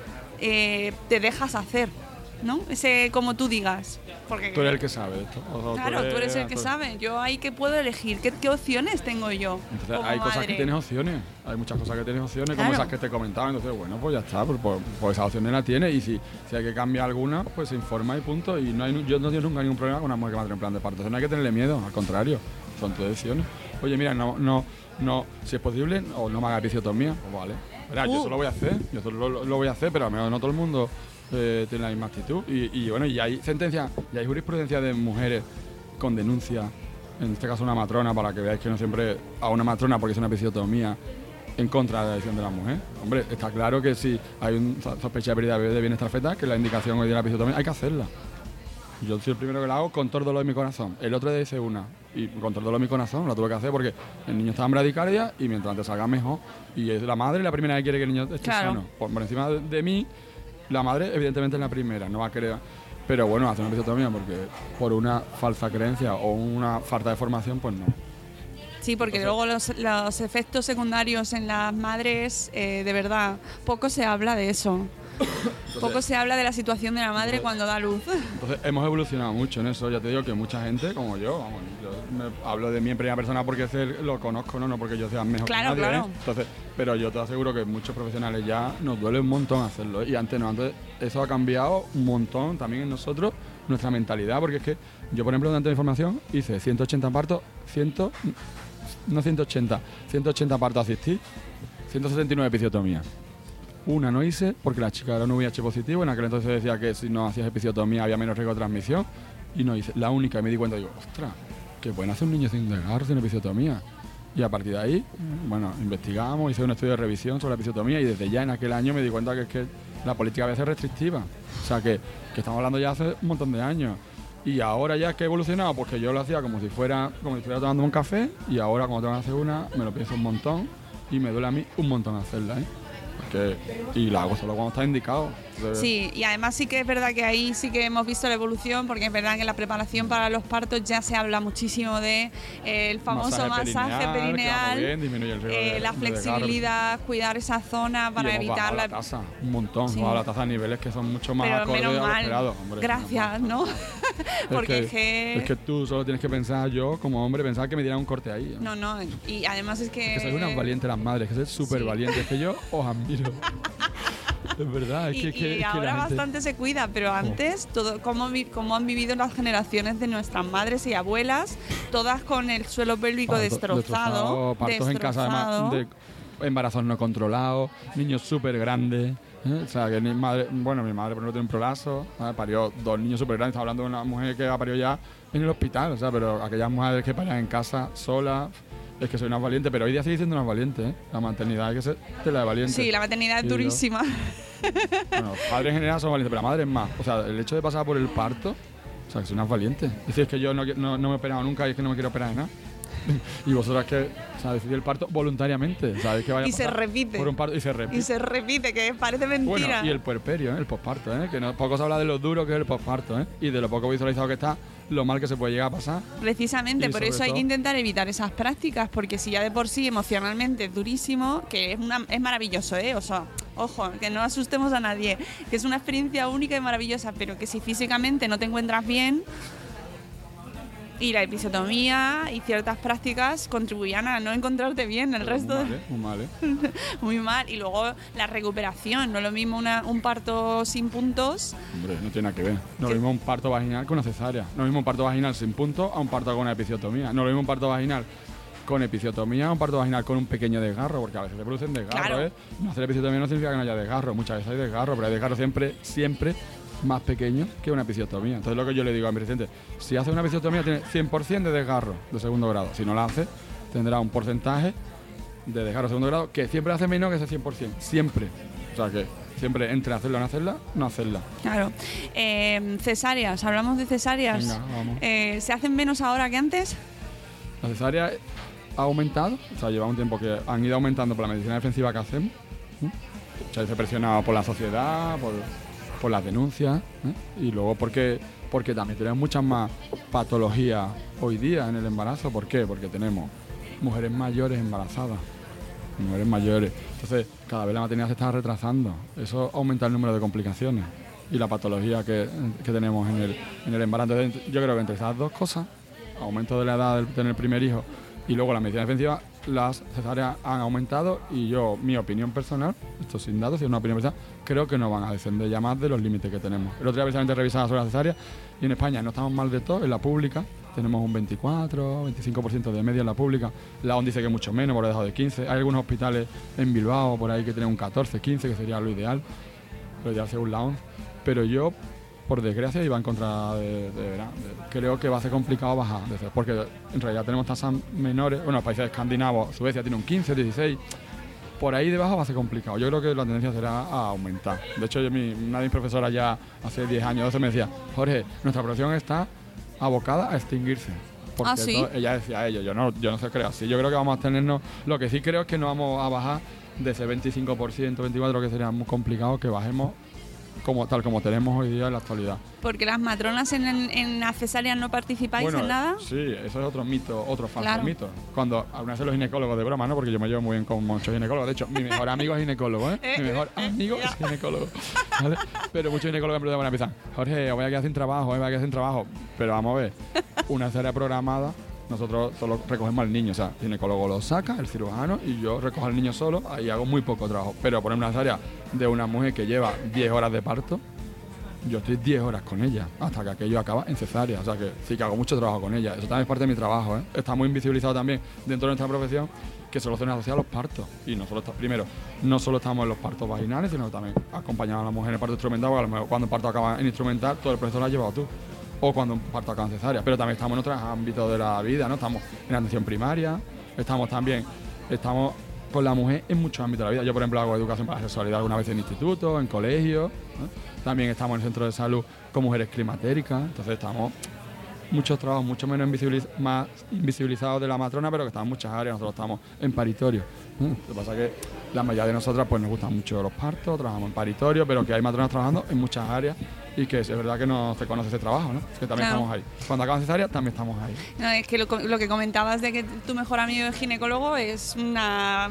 eh, te dejas hacer, ¿no? Ese como tú digas. Porque, Tú eres el que sabe esto. O sea, claro, tú eres el que tú- sabe. Yo ahí que puedo elegir, ¿qué, qué opciones tengo yo? Entonces, como hay cosas madre? que tienes opciones, hay muchas cosas que tienes opciones, como Claro. esas que te comentaba. Entonces, bueno, pues ya está, pues, pues, pues esas opciones las tienes y si, si hay que cambiar alguna, pues se informa y punto. Y no hay, yo no tengo nunca ningún problema con una mujer que va a tener un plan de parto. Entonces, no hay que tenerle miedo, al contrario, son tus decisiones. Oye, mira, no, no, no, si es posible, o no me haga episiotomía, pues vale. Verá, Uh. yo eso lo voy a hacer, yo eso lo, lo- lo voy a hacer, pero a lo mejor no todo el mundo eh, tiene la misma actitud. Y, y bueno, y hay sentencias, y hay jurisprudencia de mujeres con denuncia, en este caso una matrona, para que veáis que no siempre a una matrona porque es una episiotomía en contra de la decisión de la mujer. Hombre, está claro que si hay un so- sospecha de pérdida de bienestar fetal, que la indicación hoy de la episiotomía hay que hacerla. Yo soy el primero que la hago con todo el dolor de mi corazón. El otro día hice una y con todo el dolor de mi corazón la tuve que hacer porque el niño estaba en bradicardia y mientras antes salga mejor. Y es la madre la primera que quiere que el niño esté Claro. sano. Por, por encima de, de mí, la madre evidentemente es la primera, no va a querer. Pero bueno, hacer una episiotomía porque por una falsa creencia o una falta de formación, pues no. Sí, porque Entonces- luego los, los efectos secundarios en las madres, eh, de verdad, poco se habla de eso. Poco se habla de la situación de la madre Entonces- cuando da luz. Entonces hemos evolucionado mucho en eso. Ya te digo que mucha gente, como yo, vamos, yo me hablo de mí en primera persona porque sé- lo conozco, no, no porque yo sea mejor Claro, que nadie, claro. ¿eh? Entonces, pero yo te aseguro que muchos profesionales ya nos duele un montón hacerlo, ¿eh? Y antes no, antes eso ha cambiado un montón también en nosotros, nuestra mentalidad, porque es que yo, por ejemplo, durante mi formación hice ciento ochenta partos, cien, no ciento ochenta, ciento ochenta partos asistí, ciento setenta y nueve episiotomías. Una no hice porque la chica era un V I H positivo. En aquel entonces decía que si no hacías episiotomía había menos riesgo de transmisión. Y no hice. La única, y me di cuenta, digo, ostras, que pueden hacer un niño sin desgarro, sin episiotomía. Y a partir de ahí, bueno, investigamos, hice un estudio de revisión sobre la episiotomía y desde ya en aquel año me di cuenta que es que la política a veces es restrictiva. O sea, que, que estamos hablando ya hace un montón de años. Y ahora ya que he evolucionado, pues que yo lo hacía como si fuera como si estuviera tomando un café y ahora cuando tengo que hacer una, me lo pienso un montón y me duele a mí un montón hacerla, ¿eh? Porque, y la hago solo cuando está indicado. Entonces, Sí, y además sí que es verdad que ahí sí que hemos visto la evolución, porque es verdad que en la preparación para los partos ya se habla muchísimo de eh, el famoso masaje, Masaje perineal, que va muy perineal, bien, disminuye el riesgo eh, de- la de flexibilidad, cuidar esa zona para y hemos evitar bajado la... la tasa, un montón, Sí. hemos bajado la tasa a niveles que son mucho más Pero acordes menos a lo mal, esperado. Hombre, gracias, ¿no? Porque es que... Es que tú solo tienes que pensar, yo como hombre, pensar que me dieran un corte ahí. No, no, y además es que... Que sois unas valientes las madres, que sois súper Sí. valientes, que yo os admiro. Es verdad, es Y, que, es que- y es que ahora la gente- bastante se cuida, pero antes, todo cómo, vi- cómo han vivido las generaciones de nuestras madres y abuelas, todas con el suelo pélvico Parto- destrozado. partos en casa destrozado. además de embarazos no controlados, niños súper grandes. ¿eh? O sea, que mi madre, bueno, mi madre por ejemplo tiene un prolazo, ¿sabes? Parió dos niños súper grandes. Estamos hablando de una mujer que ha parido ya en el hospital, o sea, pero aquellas mujeres que parían en casa sola, es que soy una valiente, pero hoy día sigue siendo una valiente, ¿eh? La maternidad hay que ser de la de valiente. Sí, la maternidad es Y yo- durísima. Bueno, los padres en general son valientes, pero la madre es más. O sea, el hecho de pasar por el parto, o sea, que soy una valiente. Es decir, es que yo no, no, no me he operado nunca y es que no me quiero operar de nada. Y vosotras que, o sea, decidí el parto voluntariamente, ¿sabes? Que vaya a Y se pasar repite. Por un parto y se repite. Y se repite, que parece mentira. Bueno, y el puerperio, ¿eh? El posparto, ¿eh? Que no, poco se habla de lo duro que es el posparto, ¿eh? Y de lo poco visualizado que está, lo mal que se puede llegar a pasar. Precisamente, Y por sobre eso hay todo- que intentar evitar esas prácticas, porque si ya de por sí emocionalmente es durísimo, que es, una, es maravilloso, ¿eh? O sea, ojo, que no asustemos a nadie, que es una experiencia única y maravillosa, pero que si físicamente no te encuentras bien, y la episiotomía y ciertas prácticas contribuían a no encontrarte bien el Pero resto muy de... mal, ¿eh? Muy mal, ¿eh? Muy mal. Y luego la recuperación, no es lo mismo una, un parto sin puntos. Hombre, no tiene nada que ver. No es lo mismo un parto vaginal que una cesárea. No es lo mismo un parto vaginal sin punto a un parto con una episiotomía. No es lo mismo un parto vaginal con episiotomía a un parto vaginal con un pequeño desgarro, porque a veces se producen desgarros, Claro. ¿eh? No hacer episiotomía no significa que no haya desgarro. Muchas veces hay desgarro, pero hay desgarro siempre, siempre más pequeño que una episiotomía. Entonces lo que yo le digo a mi paciente, si hace una episiotomía tiene cien por ciento de desgarro de segundo grado. Si no la hace, tendrá un porcentaje de desgarro de segundo grado que siempre hace menos que ese cien por ciento. Siempre. O sea que siempre entre hacerla o no hacerla, no hacerla. Claro. Eh, cesáreas, hablamos de cesáreas. Venga, vamos. Eh, ¿Se hacen menos ahora que antes? La cesárea ha aumentado, o sea, lleva un tiempo que han ido aumentando por la medicina defensiva que hacemos. ¿eh? Se ha presionado por la sociedad, por, por las denuncias, ¿eh? y luego porque, porque también tenemos muchas más patologías hoy día en el embarazo. ¿Por qué? Porque tenemos mujeres mayores embarazadas, mujeres mayores. Entonces, cada vez la maternidad se está retrasando. Eso aumenta el número de complicaciones y la patología que, que tenemos en el, en el embarazo. Entonces, yo creo que entre esas dos cosas, aumento de la edad de tener el primer hijo y luego la medicina defensiva, las cesáreas han aumentado y yo, mi opinión personal, esto sin datos, es una opinión personal, creo que no van a descender ya más de los límites que tenemos. El otro día precisamente revisaba sobre las cesáreas y en España no estamos mal de todo, en la pública tenemos un veinticuatro, veinticinco por ciento de media en la pública, la O N dice que mucho menos, por debajo de quince, hay algunos hospitales en Bilbao por ahí que tienen un catorce, quince, que sería lo ideal, lo ideal según la O N, pero yo, por desgracia, iba en contra de, de, de, de creo que va a ser complicado bajar, porque en realidad tenemos tasas menores, bueno, los países escandinavos, Suecia tiene un quince, dieciséis, por ahí debajo va a ser complicado. Yo creo que la tendencia será a aumentar. De hecho, yo, mi, una de mis profesoras ya hace diez años, doce, me decía, Jorge, nuestra profesión está abocada a extinguirse. Porque ¿Ah, sí? todo, ella decía ello, yo no, yo no sé, creo así. Yo creo que vamos a tenernos, lo que sí creo es que no vamos a bajar de ese veinticinco por ciento, veinticuatro por ciento, que sería muy complicado que bajemos como tal como tenemos hoy día en la actualidad. Porque las matronas en, en las cesáreas no participáis Bueno, en nada. Sí, eso es otro mito, otro falso Claro. mito. Cuando alguna vez los ginecólogos de broma, ¿no? Porque yo me llevo muy bien con muchos ginecólogos. De hecho, mi mejor amigo es ginecólogo, ¿eh? Mi mejor amigo es ginecólogo. ¿Vale? Pero muchos ginecólogos en broma empiezan, Jorge, os voy a quedar sin trabajo, os voy a quedar sin trabajo. Pero vamos a ver, una cesárea programada, nosotros solo recogemos al niño. O sea, el ginecólogo lo saca, el cirujano, y yo recojo al niño solo, ahí hago muy poco trabajo. Pero poner una cesárea de una mujer que lleva diez horas de parto, yo estoy diez horas con ella, hasta que aquello acaba en cesárea. O sea que sí que hago mucho trabajo con ella. Eso también es parte de mi trabajo, ¿eh? Está muy invisibilizado también dentro de nuestra profesión que solo se nos asocia a los partos. Y nosotros, primero, no solo estamos en los partos vaginales, sino que también acompañamos a la mujer en el parto instrumental, porque a lo mejor cuando el parto acaba en instrumental, todo el proceso lo has llevado tú. O cuando un parto acaba en cesárea. Pero también estamos en otros ámbitos de la vida, ¿no? Estamos en la atención primaria, estamos también, estamos con la mujer en muchos ámbitos de la vida. Yo, por ejemplo, hago educación para la sexualidad alguna vez en instituto, en colegio, ¿no? También estamos en el centro de salud con mujeres climatéricas. Entonces estamos muchos trabajos mucho menos invisibiliz más invisibilizados de la matrona, pero que estamos en muchas áreas. Nosotros estamos en paritorio. ¿no? Lo que pasa es que la mayoría de nosotras pues nos gustan mucho los partos, trabajamos en paritorio, pero que hay matronas trabajando en muchas áreas y que es verdad que no se conoce ese trabajo, ¿no? Es que también Claro. estamos ahí. Cuando acaban cesárea también estamos ahí. No, es que lo, lo que comentabas de que tu mejor amigo es ginecólogo es una...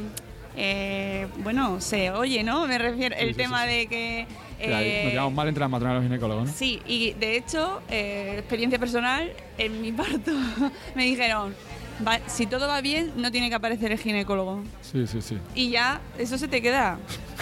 Eh, bueno, se oye, ¿no? Me refiero, el sí, tema sí, sí. de que... Que ahí eh, nos llevamos mal entre las matronas y los ginecólogos, ¿no? Sí, y de hecho, eh, experiencia personal, en mi parto me dijeron, va, si todo va bien, no tiene que aparecer el ginecólogo. Sí, sí, sí. Y ya, eso se te queda.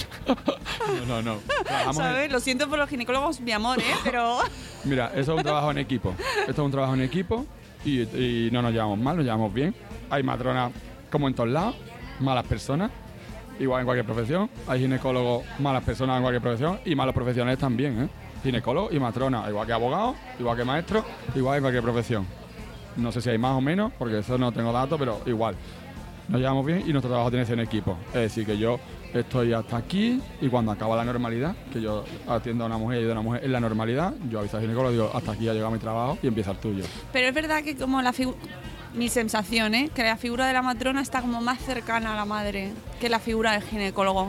No, no, no. Trabajamos en- ¿Sabes? Lo siento por los ginecólogos, mi amor, ¿eh? Pero... Mira, eso es un trabajo en equipo. Esto es un trabajo en equipo y, y no nos llevamos mal, nos llevamos bien. Hay matronas como en todos lados, malas personas, igual en cualquier profesión. Hay ginecólogos, malas personas en cualquier profesión y malos profesionales también, ¿eh? Ginecólogos y matronas, igual que abogados, igual que maestros, igual en cualquier profesión. No sé si hay más o menos, porque eso no tengo datos, pero igual. Nos llevamos bien y nuestro trabajo tiene que ser en equipo. Es decir, que yo estoy hasta aquí y cuando acaba la normalidad, que yo atiendo a una mujer y de una mujer en la normalidad, yo aviso al ginecólogo y digo, hasta aquí ha llegado mi trabajo y empieza el tuyo. Pero es verdad que como la figura... Mi sensación, ¿eh? Que la figura de la matrona está como más cercana a la madre que la figura del ginecólogo.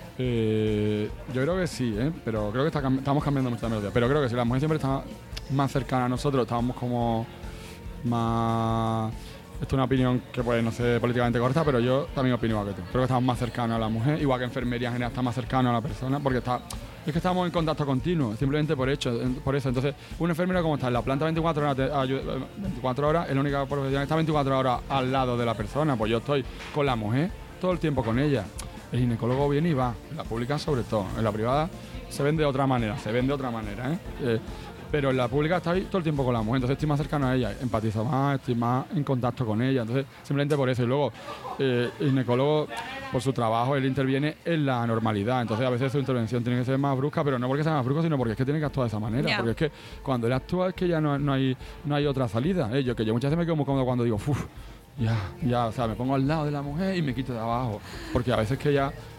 Eh, yo creo que sí, ¿eh? Pero creo que está, cam- estamos cambiando mucho la melodía. Pero creo que sí, la mujer siempre está más cercana a nosotros, estábamos como más... Esto es una opinión que puede no ser políticamente correcta, pero yo también opino igual que tú. Creo que estamos más cercanos a la mujer, igual que enfermería en general está más cercano a la persona, porque está... Es que estamos en contacto continuo, simplemente por hecho, por eso. Entonces, un enfermero como está en la planta veinticuatro horas, te ayu- veinticuatro horas, es la única profesión que está veinticuatro horas al lado de la persona. Pues yo estoy con la mujer todo el tiempo con ella. El ginecólogo viene y va, en la pública sobre todo. En la privada se ven de otra manera, se ven de otra manera, ¿eh? Eh, pero en la pública está ahí todo el tiempo con la mujer, entonces estoy más cercano a ella, empatizo más, estoy más en contacto con ella, entonces simplemente por eso. Y luego eh, el ginecólogo, por su trabajo, él interviene en la normalidad, entonces a veces su intervención tiene que ser más brusca, pero no porque sea más brusca, sino porque es que tiene que actuar de esa manera, Ya. porque es que cuando él actúa es que ya no, no, hay, no hay otra salida. ¿eh? Yo que yo muchas veces me quedo muy cómodo cuando digo, uff, ya, ya, o sea, me pongo al lado de la mujer y me quito de abajo, porque a veces que ya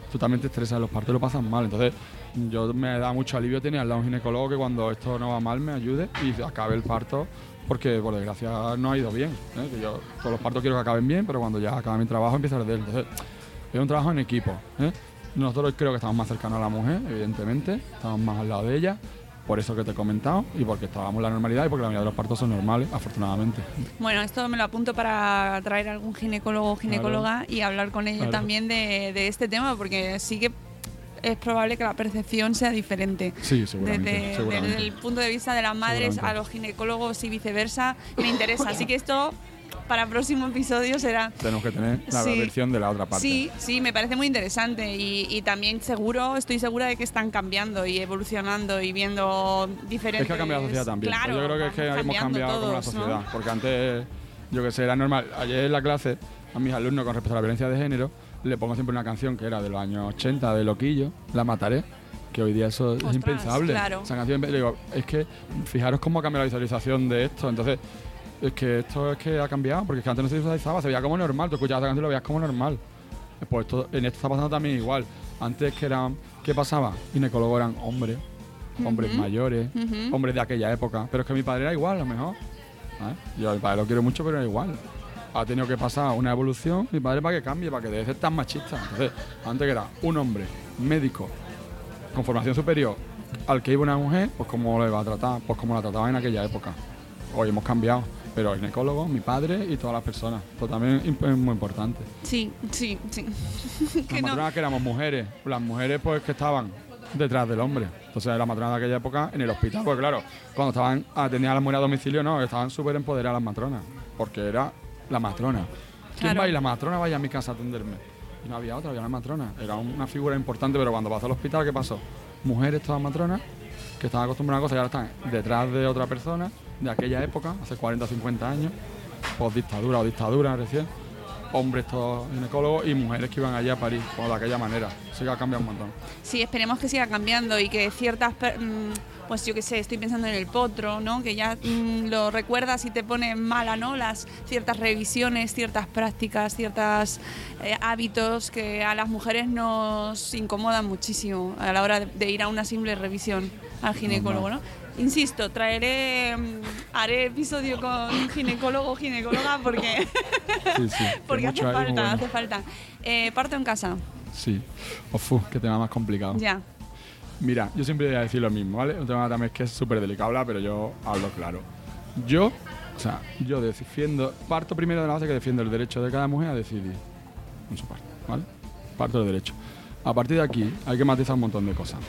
tú también te estresas en los partos y lo pasas mal. Entonces, yo me da mucho alivio tener al lado un ginecólogo que cuando esto no va mal me ayude y acabe el parto, porque por desgracia no ha ido bien. ¿eh? Que yo todos los partos quiero que acaben bien, pero cuando ya acaba mi trabajo empieza a arder. Entonces, es un trabajo en equipo. ¿eh? Nosotros creo que estamos más cercanos a la mujer, evidentemente, estamos más al lado de ella, por eso que te he comentado, y porque estábamos en la normalidad y porque la mayoría de los partos son normales, afortunadamente. Bueno, esto me lo apunto para traer a algún ginecólogo o ginecóloga Claro. y hablar con ella Claro. también de, de este tema, porque sí que es probable que la percepción sea diferente. Sí, seguramente. Desde, seguramente. desde el punto de vista de las madres Seguramente. a los ginecólogos y viceversa, me interesa. Así que esto para próximo episodio será... Tenemos que tener la Sí. versión de la otra parte. Sí, sí, me parece muy interesante y, y también seguro, estoy segura de que están cambiando y evolucionando y viendo diferentes... Es que ha cambiado la sociedad también. Claro, yo creo que es que vamos hemos cambiado como la todos, ¿no? sociedad. Porque antes, yo que sé, era normal. Ayer en la clase, a mis alumnos con respecto a la violencia de género, le pongo siempre una canción que era de los años ochenta, de Loquillo, La Mataré, que hoy día eso Ostras, es impensable. claro. Esa canción, digo, es que fijaros cómo ha cambiado la visualización de esto. Entonces, es que esto es que ha cambiado, porque es que antes no se visualizaba, se veía como normal. Tú escuchabas esa canción y lo veías como normal. Pues esto, en esto está pasando también igual. Antes que eran, ¿qué pasaba? Ginecólogos eran hombres, hombres Ujú, mayores, ujú. hombres de aquella época. Pero es que mi padre era igual, a lo mejor. ¿Sabes? Yo a mi padre lo quiero mucho, pero era igual. Ha tenido que pasar una evolución, mi padre, para que cambie, para que deje de ser tan machista. Entonces, antes que era un hombre médico con formación superior al que iba una mujer, pues cómo le va a tratar, pues como la trataban en aquella época. Hoy hemos cambiado, pero el ginecólogo, mi padre y todas las personas. Esto también es muy importante. Sí, sí, sí. Las Que no- matronas que éramos mujeres, las mujeres pues que estaban detrás del hombre. Entonces las matronas de aquella época en el hospital, porque claro, cuando estaban atendían a las mujeres a domicilio, no, estaban súper empoderadas las matronas, porque era la matrona. ¿Quién Claro. va? Y la matrona vaya a mi casa a atenderme. Y no había otra, había una matrona. Era una figura importante, pero cuando pasó al hospital, ¿qué pasó? Mujeres todas matronas, que estaban acostumbradas a cosas y ahora están detrás de otra persona de aquella época, hace cuarenta o cincuenta años, post dictadura o dictadura recién. Hombres todos ginecólogos y mujeres que iban allá a París, como de aquella manera. Sí que ha cambiado un montón. Sí, esperemos que siga cambiando y que ciertas, per- mm, pues yo qué sé, estoy pensando en el potro, ¿no? Que ya mm, lo recuerdas y te pone mala, ¿no? Las ciertas revisiones, ciertas prácticas, ciertos hábitos que a las mujeres nos incomodan muchísimo a la hora de, de ir a una simple revisión al ginecólogo, ¿no? Insisto, traeré, mm, haré episodio con ginecólogo o ginecóloga porque, Sí, sí. porque Hay hace mucho ahí muy falta, bueno. hace falta. Eh, parto en casa, Sí. Uf, qué tema más complicado. ya. Mira, yo siempre voy a decir lo mismo, ¿vale? Un tema también que es súper delicado hablar, pero yo hablo claro. Yo, o sea, yo defiendo, parto primero de la base que defiendo el derecho de cada mujer a decidir en su parto, ¿vale? Parto del derecho. A partir de aquí hay que matizar un montón de cosas.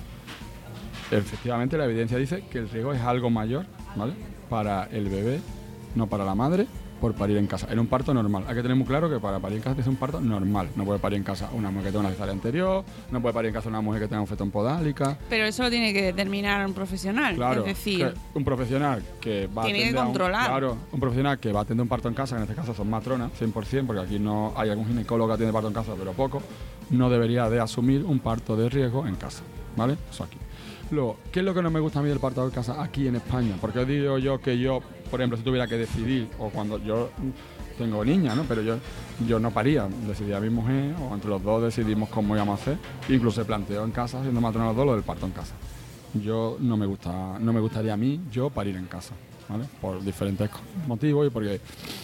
Efectivamente, la evidencia dice que el riesgo es algo mayor, ¿vale? Para el bebé, no para la madre, por parir en casa. En un parto normal. Hay que tener muy claro que para parir en casa es un parto normal. No puede parir en casa una mujer que tenga una cesárea anterior, no puede parir en casa una mujer que tenga un feto en podálica. Pero eso lo tiene que determinar un profesional. Claro, es decir, que un profesional que va Tiene a que atender a un- controlar. claro, un profesional que va a atender un parto en casa, que en este caso son matronas, cien por ciento, porque aquí no hay algún ginecólogo que atiende parto en casa, pero poco, no debería de asumir un parto de riesgo en casa, ¿vale? Eso aquí. Luego, ¿qué es lo que no me gusta a mí del parto en casa aquí en España? Porque os digo yo que yo, por ejemplo, si tuviera que decidir, o cuando yo tengo niña, ¿no? Pero yo, yo no paría, decidía a mi mujer, o entre los dos decidimos cómo íbamos a hacer. Incluso se planteó en casa, siendo matrona los dos, lo del parto en casa. Yo no me gusta, no me gustaría a mí yo parir en casa, ¿vale? Por diferentes motivos y porque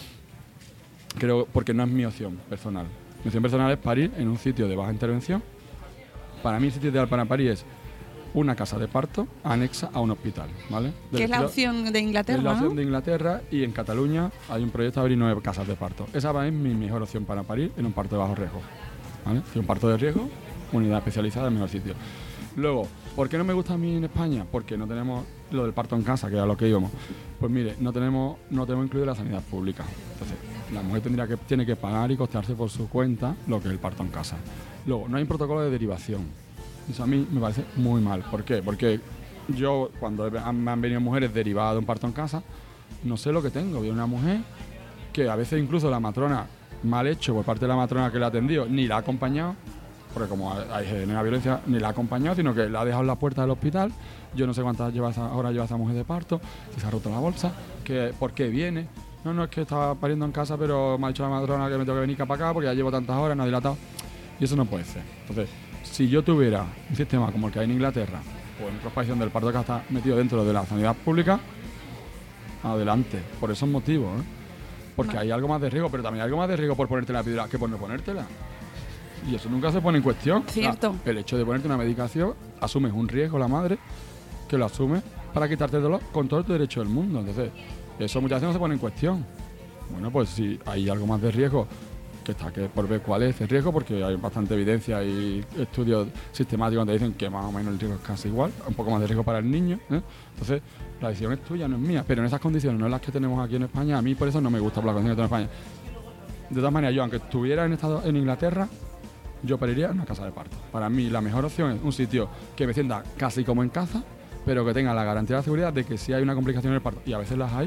creo, porque no es mi opción personal. Mi opción personal es parir en un sitio de baja intervención. Para mí el sitio ideal para parir es una casa de parto anexa a un hospital, ¿vale? que Del es la estilo- opción de Inglaterra, es la opción ¿no? de Inglaterra y en Cataluña hay un proyecto de abrir nueve casas de parto. Esa para mí es mi mejor opción para parir en un parto de bajo riesgo. ¿Vale? Si un parto de riesgo, unidad especializada es el mejor sitio. Luego, ¿por qué no me gusta a mí en España? Porque no tenemos lo del parto en casa, que era lo que íbamos. Pues mire, no tenemos, no tenemos incluido la sanidad pública. Entonces, la mujer tendría que, tiene que pagar y costearse por su cuenta lo que es el parto en casa. Luego, no hay un protocolo de derivación. Eso a mí me parece muy mal. ¿Por qué? Porque yo, cuando he- han- me han venido mujeres derivadas de un parto en casa, no sé lo que tengo. Viene una mujer que a veces incluso la matrona, mal hecho por parte de la matrona que la ha atendido, ni la ha acompañado, porque como hay hay genera violencia, ni la ha acompañado, sino que la ha dejado en la puerta del hospital. Yo no sé cuántas lleva esa, horas lleva esa mujer de parto, si se ha roto la bolsa, que, por qué viene. No, no, es que estaba pariendo en casa, pero me ha dicho la matrona que me tengo que venir para acá porque ya llevo tantas horas, no ha dilatado. Y eso no puede ser. Entonces, si yo tuviera un sistema como el que hay en Inglaterra, o en otros países donde el parto que está metido dentro de la sanidad pública, adelante, por esos motivos, ¿eh? Porque hay algo más de riesgo, pero también hay algo más de riesgo por ponerte la epidural que por no ponértela. Y eso nunca se pone en cuestión. Cierto. O sea, el hecho de ponerte una medicación, asumes un riesgo la madre, que lo asume para quitarte el dolor con todo el derecho del mundo. Entonces, eso muchas veces no se pone en cuestión. Bueno, pues si hay algo más de riesgo, que está que por ver cuál es el riesgo, porque hay bastante evidencia y estudios sistemáticos donde dicen que más o menos el riesgo es casi igual, un poco más de riesgo para el niño, ¿eh? Entonces, la decisión es tuya, no es mía, pero en esas condiciones, no en las que tenemos aquí en España, a mí por eso no me gusta por las condiciones que tengo en España. De todas maneras, yo, aunque estuviera en, estado, en Inglaterra, yo pariría en una casa de parto. Para mí, la mejor opción es un sitio que me sienta casi como en casa, pero que tenga la garantía de la seguridad de que si hay una complicación en el parto, y a veces las hay,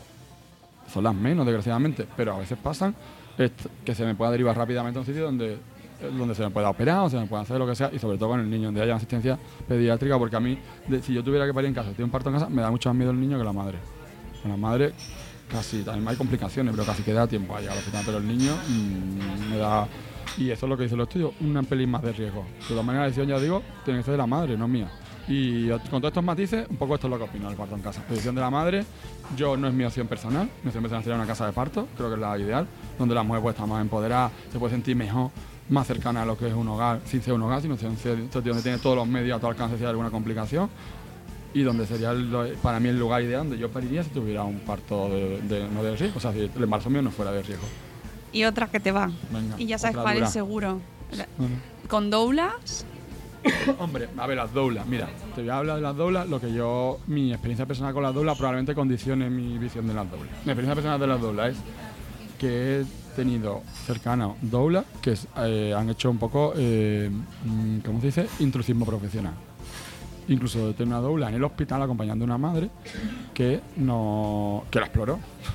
son las menos, desgraciadamente, pero a veces pasan, es que se me pueda derivar rápidamente a un sitio donde, donde se me pueda operar o se me pueda hacer lo que sea, y sobre todo con el niño, donde haya asistencia pediátrica, porque a mí, de, si yo tuviera que parir en casa, si tengo un parto en casa, me da mucho más miedo el niño que la madre. Con la madre casi, también hay complicaciones, pero casi que da tiempo a llegar al hospital, pero el niño mmm, me da... Y eso es lo que dicen los estudios, un pelín más de riesgo. De todas maneras, la decisión, ya digo, tiene que ser de la madre, no mía. Y con todos estos matices, un poco esto es lo que opino del parto en casa. Decisión de la madre, yo no es mi opción personal, mi opción personal sería una casa de parto, creo que es la ideal, donde la mujer puede estar más empoderada, se puede sentir mejor, más cercana a lo que es un hogar, sin ser un hogar, sino ser un sitio donde tiene todos los medios a tu alcance si hay alguna complicación, y donde sería el, para mí el lugar ideal donde yo pariría si tuviera un parto de, de, no de riesgo, o sea, si el embarazo mío no fuera de riesgo. Y otra que te va. Venga, y ya sabes cuál dura. es seguro. Bueno. Con doulas. Hombre, a ver, las doulas. Mira, te voy a hablar de las doulas. Lo que yo, mi experiencia personal con las doulas probablemente condicione mi visión de las doulas. Mi experiencia personal de las doulas es que he tenido cercanos doulas que eh, han hecho un poco, eh, ¿cómo se dice? Intrusismo profesional. Incluso tengo una doula en el hospital acompañando a una madre que no que la exploró.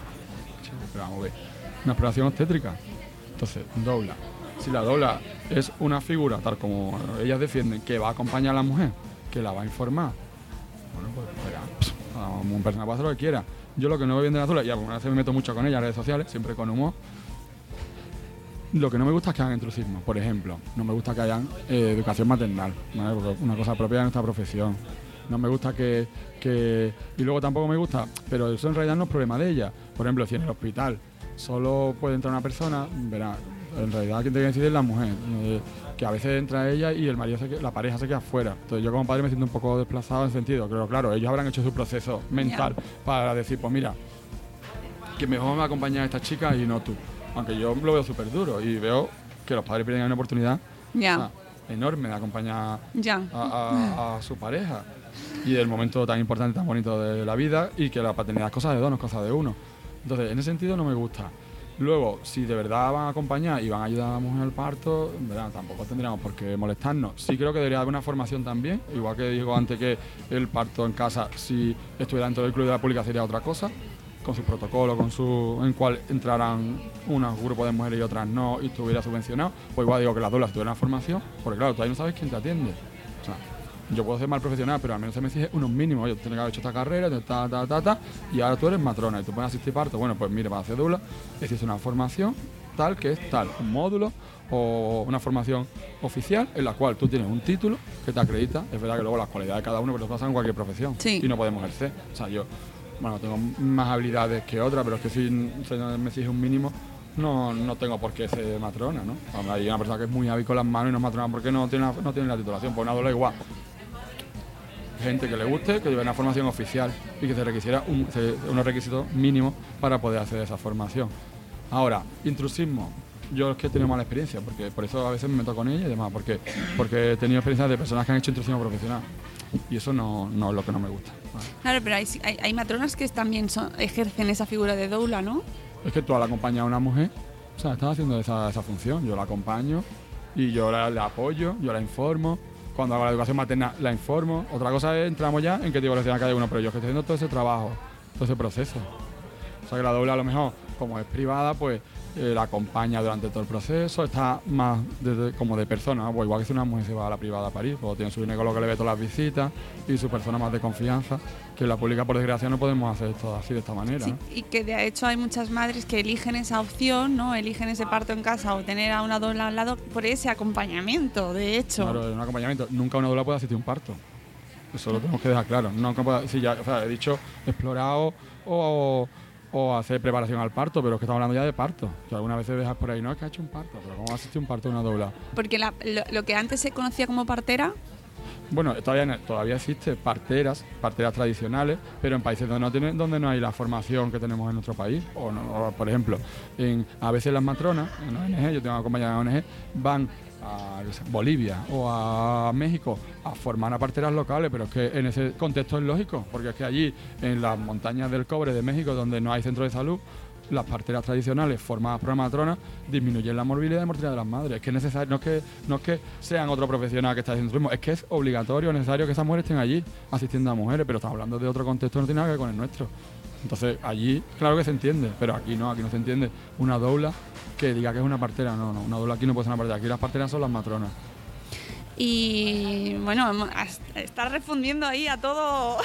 Pero vamos a ver, una exploración obstétrica. Entonces, doula. Si la doula es una figura, tal como ellas defienden, que va a acompañar a la mujer, que la va a informar, bueno, pues verá, un personal puede hacer lo que quiera. Yo lo que no veo bien de la doula, y algunas veces me meto mucho con ella en redes sociales, siempre con humor, lo que no me gusta es que hagan intrusismo. Por ejemplo, no me gusta que hayan eh, educación maternal, ¿vale? Porque es una cosa propia de nuestra profesión. No me gusta que, que... Y luego tampoco me gusta, pero eso en realidad no es problema de ella. Por ejemplo, si en el hospital solo puede entrar una persona, verá, en realidad quien tiene que decidir es la mujer, eh, que a veces entra ella y el marido se queda, la pareja se queda fuera. Entonces yo como padre me siento un poco desplazado en sentido, pero claro, ellos habrán hecho su proceso mental yeah. para decir, pues mira, que mejor me acompaña a esta chica y no tú. Aunque yo lo veo súper duro y veo que los padres pierden una oportunidad yeah. o sea, enorme de acompañar yeah. a, a, a su pareja y del momento tan importante, tan bonito de la vida, y que la paternidad es cosa de dos, no es cosa de uno. Entonces, en ese sentido no me gusta. Luego, si de verdad van a acompañar y van a ayudar a la mujer al parto, ¿verdad? Tampoco tendríamos por qué molestarnos. Sí creo que debería haber una formación también, igual que digo antes que el parto en casa, si estuviera dentro del club de la pública sería otra cosa, con su protocolo, con su en cual entrarán unos grupos de mujeres y otras no, y estuviera subvencionado. Pues igual digo que las doulas tuvieran una formación, porque claro, tú ahí no sabes quién te atiende. O sea, yo puedo ser mal profesional, pero al menos se me exige unos mínimos. Yo tengo que haber hecho esta carrera, ta, ta, ta, ta, y ahora tú eres matrona y tú puedes asistir parto. Bueno, pues mire, para hacer doula existe una formación tal que es tal, un módulo o una formación oficial en la cual tú tienes un título que te acredita. Es verdad que luego las cualidades de cada uno, pero eso pasa en cualquier profesión sí. y no podemos ejercer. O sea, yo, bueno, tengo más habilidades que otras, pero es que si se me exige un mínimo, no, no tengo por qué ser matrona, ¿no? Hay una persona que es muy hábil con las manos y no es matrona porque no tiene, no tiene la titulación, pues una doula igual. Gente que le guste, que lleve una formación oficial y que se requisiera un, se, unos requisitos mínimos para poder hacer esa formación. Ahora, intrusismo. Yo es que he tenido mala experiencia, porque por eso a veces me meto con ella y demás, porque, porque he tenido experiencias de personas que han hecho intrusismo profesional y eso no, no es lo que no me gusta. ¿Vale? Claro, pero hay, hay, hay matronas que también son, ejercen esa figura de doula, ¿no? Es que tú al acompañar a una mujer, o sea, estás haciendo esa, esa función. Yo la acompaño y yo la, la apoyo, yo la informo. Cuando hago la educación materna la informo. Otra cosa es, entramos ya en qué tipo de cada uno, pero yo estoy haciendo todo ese trabajo, todo ese proceso. O sea que la doula a lo mejor como es privada, pues eh, la acompaña durante todo el proceso, está más de, de, como de persona, pues igual que si una mujer se va a la privada a París, pues tiene su ginecólogo que le ve todas las visitas y su persona más de confianza, que en la pública por desgracia no podemos hacer esto así de esta manera. Sí, ¿no? y que de hecho hay muchas madres que eligen esa opción, ¿no? Eligen ese parto en casa o tener a una doula al lado por ese acompañamiento, de hecho. Claro, un acompañamiento. Nunca una doula puede asistir a un parto. Eso lo tenemos que dejar claro. No, sí, ya, o sea, he dicho explorado o, o hacer preparación al parto, pero es que estamos hablando ya de parto. Que algunas veces dejas por ahí, no es que ha hecho un parto, pero ¿cómo va a asistir a un parto de una doula? Porque la, lo, lo que antes se conocía como partera. Bueno, todavía todavía existe parteras, parteras tradicionales, pero en países donde no tienen, donde no hay la formación que tenemos en nuestro país. O, no, o por ejemplo, en, a veces las matronas, en O N G, yo tengo acompañadas en O N G, van a Bolivia o a México a formar a parteras locales, pero es que en ese contexto es lógico, porque es que allí en las montañas del cobre de México, donde no hay centro de salud, las parteras tradicionales formadas por matronas disminuyen la morbilidad y mortalidad de las madres. Es que es necesario, no es que, no es que sean otro profesional que está haciendo turismo, es que es obligatorio, necesario que esas mujeres estén allí asistiendo a mujeres, pero estamos hablando de otro contexto, no tiene nada que ver con el nuestro. Entonces allí claro que se entiende, pero aquí no, aquí no se entiende una doula que diga que es una partera, no, no, una doula aquí no puede ser una partera, aquí las parteras son las matronas. Y bueno, estás respondiendo ahí a todo.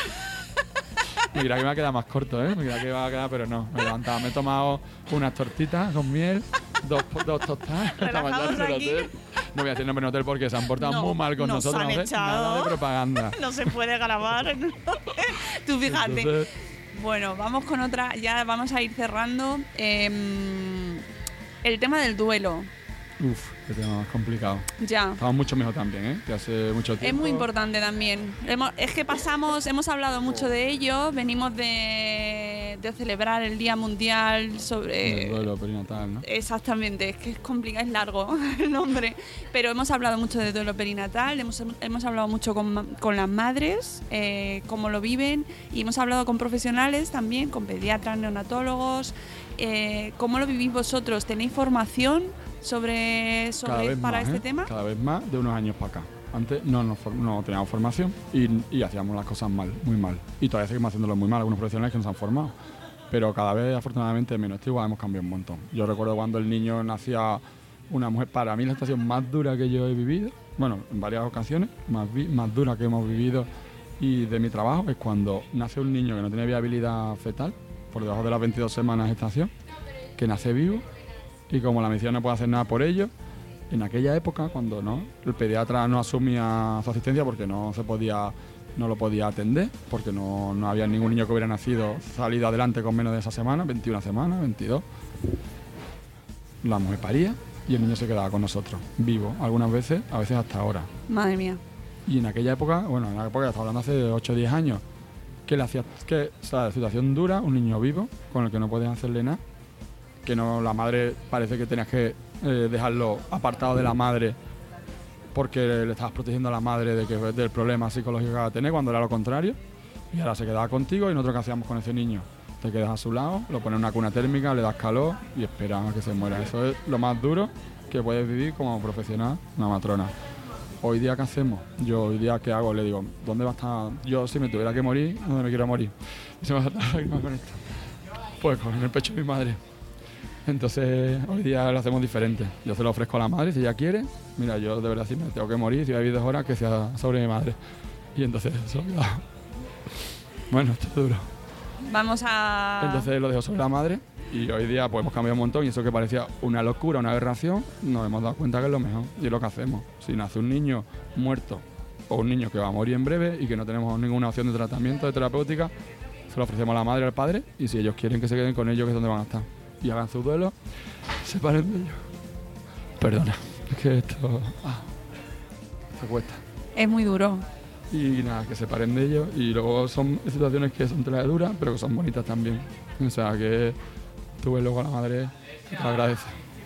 Me creía que me va a quedar más corto, ¿eh? Me creía que me va a quedar, pero no. Me he levantado, me he tomado unas tortitas con miel, dos, dos tostadas esta mañana en el hotel. No voy a decir nombre en hotel porque se han portado no, muy mal con nos nosotros. Han no echado. Nada de propaganda. No se puede grabar. Tú fíjate. Entonces, bueno, vamos con otra, ya vamos a ir cerrando. Eh, el tema del duelo. Uf, qué tema más complicado. Ya. Estamos mucho mejor también, ¿eh? Que hace mucho tiempo. Es muy importante también. Hemos, es que pasamos, hemos hablado mucho de ello. Venimos de, de celebrar el Día Mundial sobre... El duelo perinatal, ¿no? Exactamente. Es que es complicado, es largo el nombre. Pero hemos hablado mucho de duelo perinatal. Hemos, hemos hablado mucho con, con las madres, eh, cómo lo viven. Y hemos hablado con profesionales también, con pediatras, neonatólogos. Eh, ¿Cómo lo vivís vosotros? ¿Tenéis formación sobre, sobre para más, este ¿eh? tema? Cada vez más de unos años para acá. Antes no, no, no teníamos formación y, y hacíamos las cosas mal, muy mal. Y todavía seguimos haciéndolo muy mal, algunos profesionales que nos han formado. Pero cada vez, afortunadamente, menos. Esto igual hemos cambiado un montón. Yo recuerdo cuando el niño nacía una mujer, para mí la situación más dura que yo he vivido, bueno, en varias ocasiones, más, vi, más dura que hemos vivido y de mi trabajo, es cuando nace un niño que no tiene viabilidad fetal, por debajo de las veintidós semanas de gestación, que nace vivo y como la medicina no puede hacer nada por ello, en aquella época cuando no el pediatra no asumía su asistencia porque no se podía no lo podía atender, porque no, no había ningún niño que hubiera nacido salido adelante con menos de esa semana, veintiuna semanas, veintidós. La mujer paría y el niño se quedaba con nosotros, vivo, algunas veces, a veces hasta ahora. Madre mía. Y en aquella época, bueno, en aquella época, estamos hablando hace ocho o diez años, que le hacía, que, o sea, situación dura, un niño vivo, con el que no podías hacerle nada, que no, la madre parece que tenías que eh, dejarlo apartado de la madre porque le estabas protegiendo a la madre de que, del problema psicológico que va a tener, cuando era lo contrario, y ahora se quedaba contigo y nosotros qué hacíamos con ese niño. Te quedas a su lado, lo pones en una cuna térmica, le das calor y esperas a que se muera. Eso es lo más duro que puedes vivir como profesional, una matrona. Hoy día, ¿qué hacemos? Yo hoy día, ¿qué hago? Le digo, ¿dónde va a estar? Yo, si me tuviera que morir, ¿dónde me quiero morir? Y se me va a saltar la con esto. Pues con el pecho de mi madre. Entonces, hoy día lo hacemos diferente. Yo se lo ofrezco a la madre, si ella quiere. Mira, yo de verdad, si me tengo que morir, si voy a vivir dos horas, que sea sobre mi madre. Y entonces, eso, bueno, esto es duro. Vamos a... Entonces lo dejo sobre la madre. Y hoy día pues hemos cambiado un montón y eso que parecía una locura, una aberración, nos hemos dado cuenta que es lo mejor y es lo que hacemos. Si nace un niño muerto o un niño que va a morir en breve y que no tenemos ninguna opción de tratamiento, de terapéutica, se lo ofrecemos a la madre y al padre y si ellos quieren que se queden con ellos, que es donde van a estar. Y hagan su duelo, se paren de ellos. Perdona, es que esto... Ah, esto cuesta. Es muy duro. Y nada, que se paren de ellos y luego son situaciones que son tela de dura, pero que son bonitas también. O sea que... Tú ves luego a la madre, te agradece.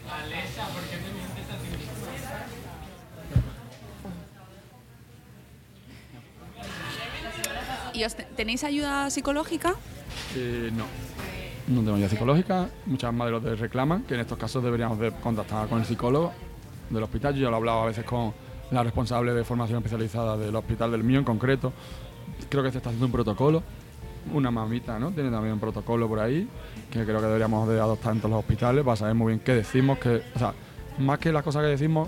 ¿Y os te- tenéis ayuda psicológica? Eh, no, no tengo ayuda psicológica. Muchas madres lo reclaman, que en estos casos deberíamos de contactar con el psicólogo del hospital. Yo ya lo he hablado a veces con la responsable de formación especializada del hospital del mío en concreto. Creo que se está haciendo un protocolo una mamita, ¿no? Tiene también un protocolo por ahí que creo que deberíamos de adoptar en todos los hospitales para saber muy bien qué decimos, que, o sea, más que las cosas que decimos,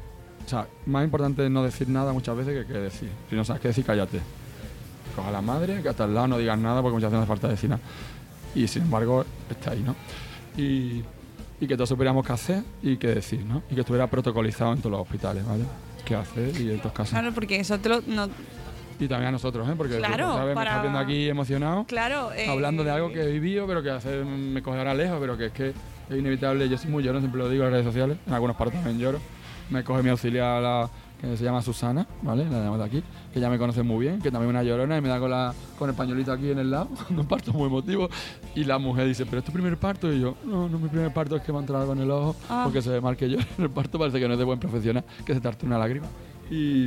o sea, más importante es no decir nada muchas veces que qué decir. Si no sabes qué decir, cállate. Coja a la madre, que hasta al lado no digas nada porque muchas veces no hace falta decir nada. Y sin embargo, está ahí, ¿no? Y, y que todos supiéramos qué hacer y qué decir, ¿no? Y que estuviera protocolizado en todos los hospitales, ¿vale? Qué hacer y en estos casos. Claro, porque eso te lo, no, Y también a nosotros, ¿eh? Porque claro, ¿sabes? para... me estás viendo aquí emocionado, claro, eh... hablando de algo que he vivido, pero que hace, me cogerá lejos, pero que es que es inevitable. Yo soy muy llorón, siempre lo digo en las redes sociales, en algunas partes también lloro. Me coge mi auxiliar, la, que se llama Susana, ¿vale? La llamamos de aquí, que ya me conoce muy bien, que también es una llorona y me da con, la, con el pañuelito aquí en el lado, un parto muy emotivo. Y la mujer dice, ¿pero es tu primer parto? Y yo, no, no es mi primer parto, es que me ha entrado con el ojo, ah. porque se ve mal que yo en el parto, parece que no es de buen profesional, que se tarte una lágrima. Y...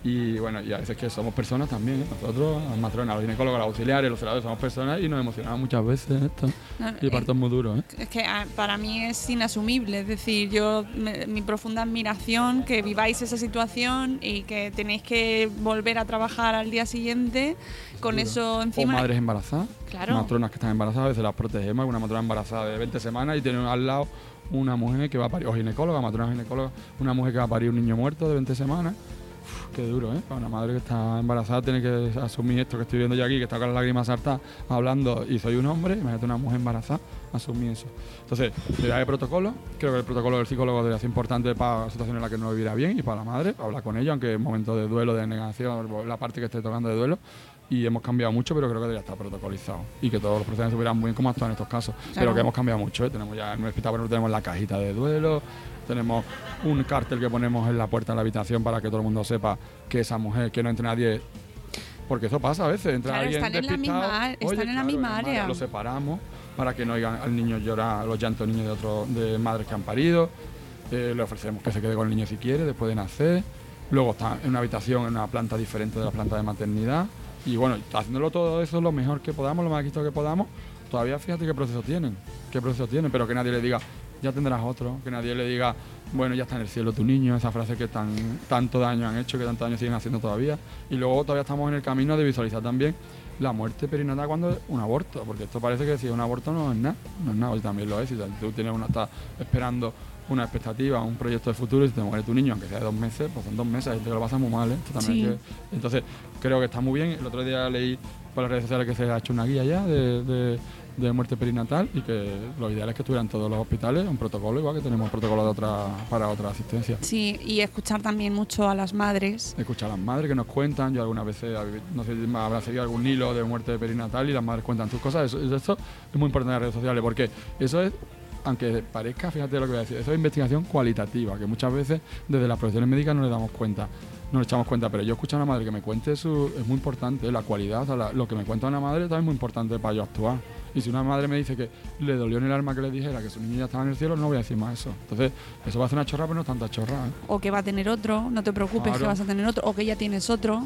Y bueno, y a veces que somos personas también, ¿eh? Nosotros, las matronas, los ginecólogos, los auxiliares, los celadores, somos personas y nos emocionamos muchas veces en esto. No, y el parto es muy duro, ¿eh? Es que para mí es inasumible, es decir, yo, me, mi profunda admiración que viváis esa situación y que tenéis que volver a trabajar al día siguiente con duro. Eso encima. O madres embarazadas, claro. Matronas que están embarazadas, a veces las protegemos, una matrona embarazada de veinte semanas y tiene al lado una mujer que va a parir, o ginecóloga, matrona ginecóloga, una mujer que va a parir un niño muerto de veinte semanas. Qué duro, ¿eh? Para una madre que está embarazada tiene que asumir esto que estoy viendo yo aquí, que está con las lágrimas saltadas hablando y soy un hombre, imagínate una mujer embarazada, asumir eso. Entonces, de protocolo, creo que el protocolo del psicólogo debería ser importante para la situación en la que no vivirá bien y para la madre, para hablar con ella, aunque en momentos de duelo, de negación, la parte que esté tocando de duelo, y hemos cambiado mucho, pero creo que debería estar protocolizado y que todos los profesionales supieran muy bien cómo actuar en estos casos. Claro. Pero que hemos cambiado mucho, ¿eh? Tenemos ya en el hospital, por ejemplo, tenemos la cajita de duelo, tenemos un cartel que ponemos en la puerta de la habitación para que todo el mundo sepa que esa mujer, que no entre nadie, porque eso pasa a veces, entra claro, alguien están en la misma, oye, están en claro, la misma área. Lo separamos para que no oigan al niño llorar, los llantos de niños de otros, de madres que han parido, eh, le ofrecemos que se quede con el niño si quiere, después de nacer, luego está en una habitación, en una planta diferente de la planta de maternidad, y bueno, haciéndolo todo eso lo mejor que podamos, lo más equito que podamos. Todavía fíjate qué proceso tienen, qué proceso tienen, pero que nadie le diga, ya tendrás otro, que nadie le diga, bueno, ya está en el cielo tu niño, esa frase que tan tanto daño han hecho, que tanto daño siguen haciendo todavía. Y luego todavía estamos en el camino de visualizar también la muerte perinatal cuando es un aborto, porque esto parece que si es un aborto no es nada, no es nada, y también lo es, si tú tienes una, estás esperando una expectativa, un proyecto de futuro, y si te muere tu niño, aunque sea de dos meses, pues son dos meses, y te lo pasa muy mal, ¿eh? Esto también sí. que, entonces, creo que está muy bien. El otro día leí por las redes sociales que se ha hecho una guía ya de, de, de muerte perinatal y que lo ideal es que estuvieran todos los hospitales un protocolo, igual que tenemos protocolo de otra, para otra asistencia. Sí, y escuchar también mucho a las madres. Escuchar a las madres que nos cuentan, yo algunas veces, no sé, habrá seguido algún hilo de muerte perinatal y las madres cuentan sus cosas, eso, eso es muy importante en las redes sociales, porque eso es, aunque parezca, fíjate lo que voy a decir, eso es investigación cualitativa, que muchas veces desde las profesiones médicas no le damos cuenta, no le echamos cuenta, pero yo escucho a una madre que me cuente su, es muy importante, la cualidad, o sea, la, lo que me cuenta una madre también es muy importante para yo actuar. Y si una madre me dice que le dolió en el alma que le dijera que su niño ya estaba en el cielo, no voy a decir más eso. Entonces, eso va a ser una chorra, pero no tanta chorra, ¿eh? O que va a tener otro, no te preocupes, claro, que vas a tener otro, o que ya tienes otro,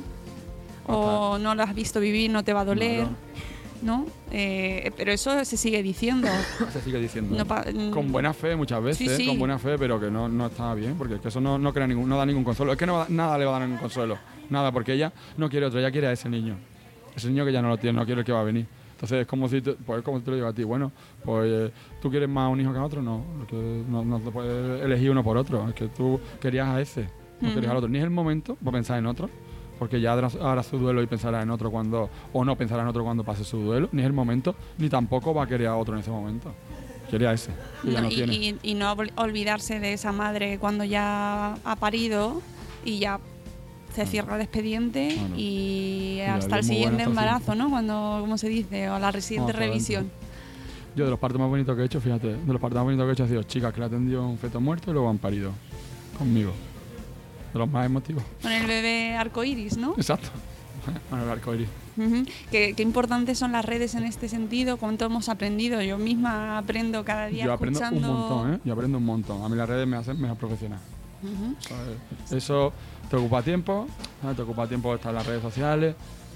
o no lo has visto vivir, no te va a doler. No, ¿no? Eh, pero eso se sigue diciendo. Se sigue diciendo. No pa- con buena fe muchas veces, sí, sí. con buena fe, pero que no, no está bien, porque es que eso no, no, crea ningún, no da ningún consuelo. Es que no va, nada le va a dar ningún consuelo. Nada, porque ella no quiere otro, ella quiere a ese niño. Ese niño que ya no lo tiene, no quiere el que va a venir. Entonces es como si te, pues es como si te lo digo a ti, bueno, pues eh, tú quieres más a un hijo que a otro, no, porque no, no te puedes elegir uno por otro, es que tú querías a ese, no uh-huh. querías al otro, ni es el momento para pensar en otro, porque ya hará su duelo y pensará en otro cuando, o no pensará en otro cuando pase su duelo, ni es el momento, ni tampoco va a querer a otro en ese momento, quiere a ese, que no, ya no y, tiene. Y, y no olvidarse de esa madre cuando ya ha parido y ya se cierra el expediente bueno, y hasta el siguiente embarazo, ¿no? Cuando, ¿cómo se dice? O la siguiente revisión. Yo de los partos más bonitos que he hecho, fíjate, de los partos más bonitos que he hecho ha sido chicas que le atendió un feto muerto y luego han parido conmigo. De los más emotivos. Con el bebé arcoiris, ¿no? Exacto, con el arcoiris. Uh-huh. ¿Qué, qué importantes son las redes en este sentido, cuánto hemos aprendido. Yo misma aprendo cada día Yo aprendo escuchando... un montón, ¿eh? Yo aprendo un montón. A mí las redes me hacen mejor profesional. Uh-huh. O sea, eso te ocupa tiempo, ¿sabes? Te ocupa tiempo estar en las redes sociales,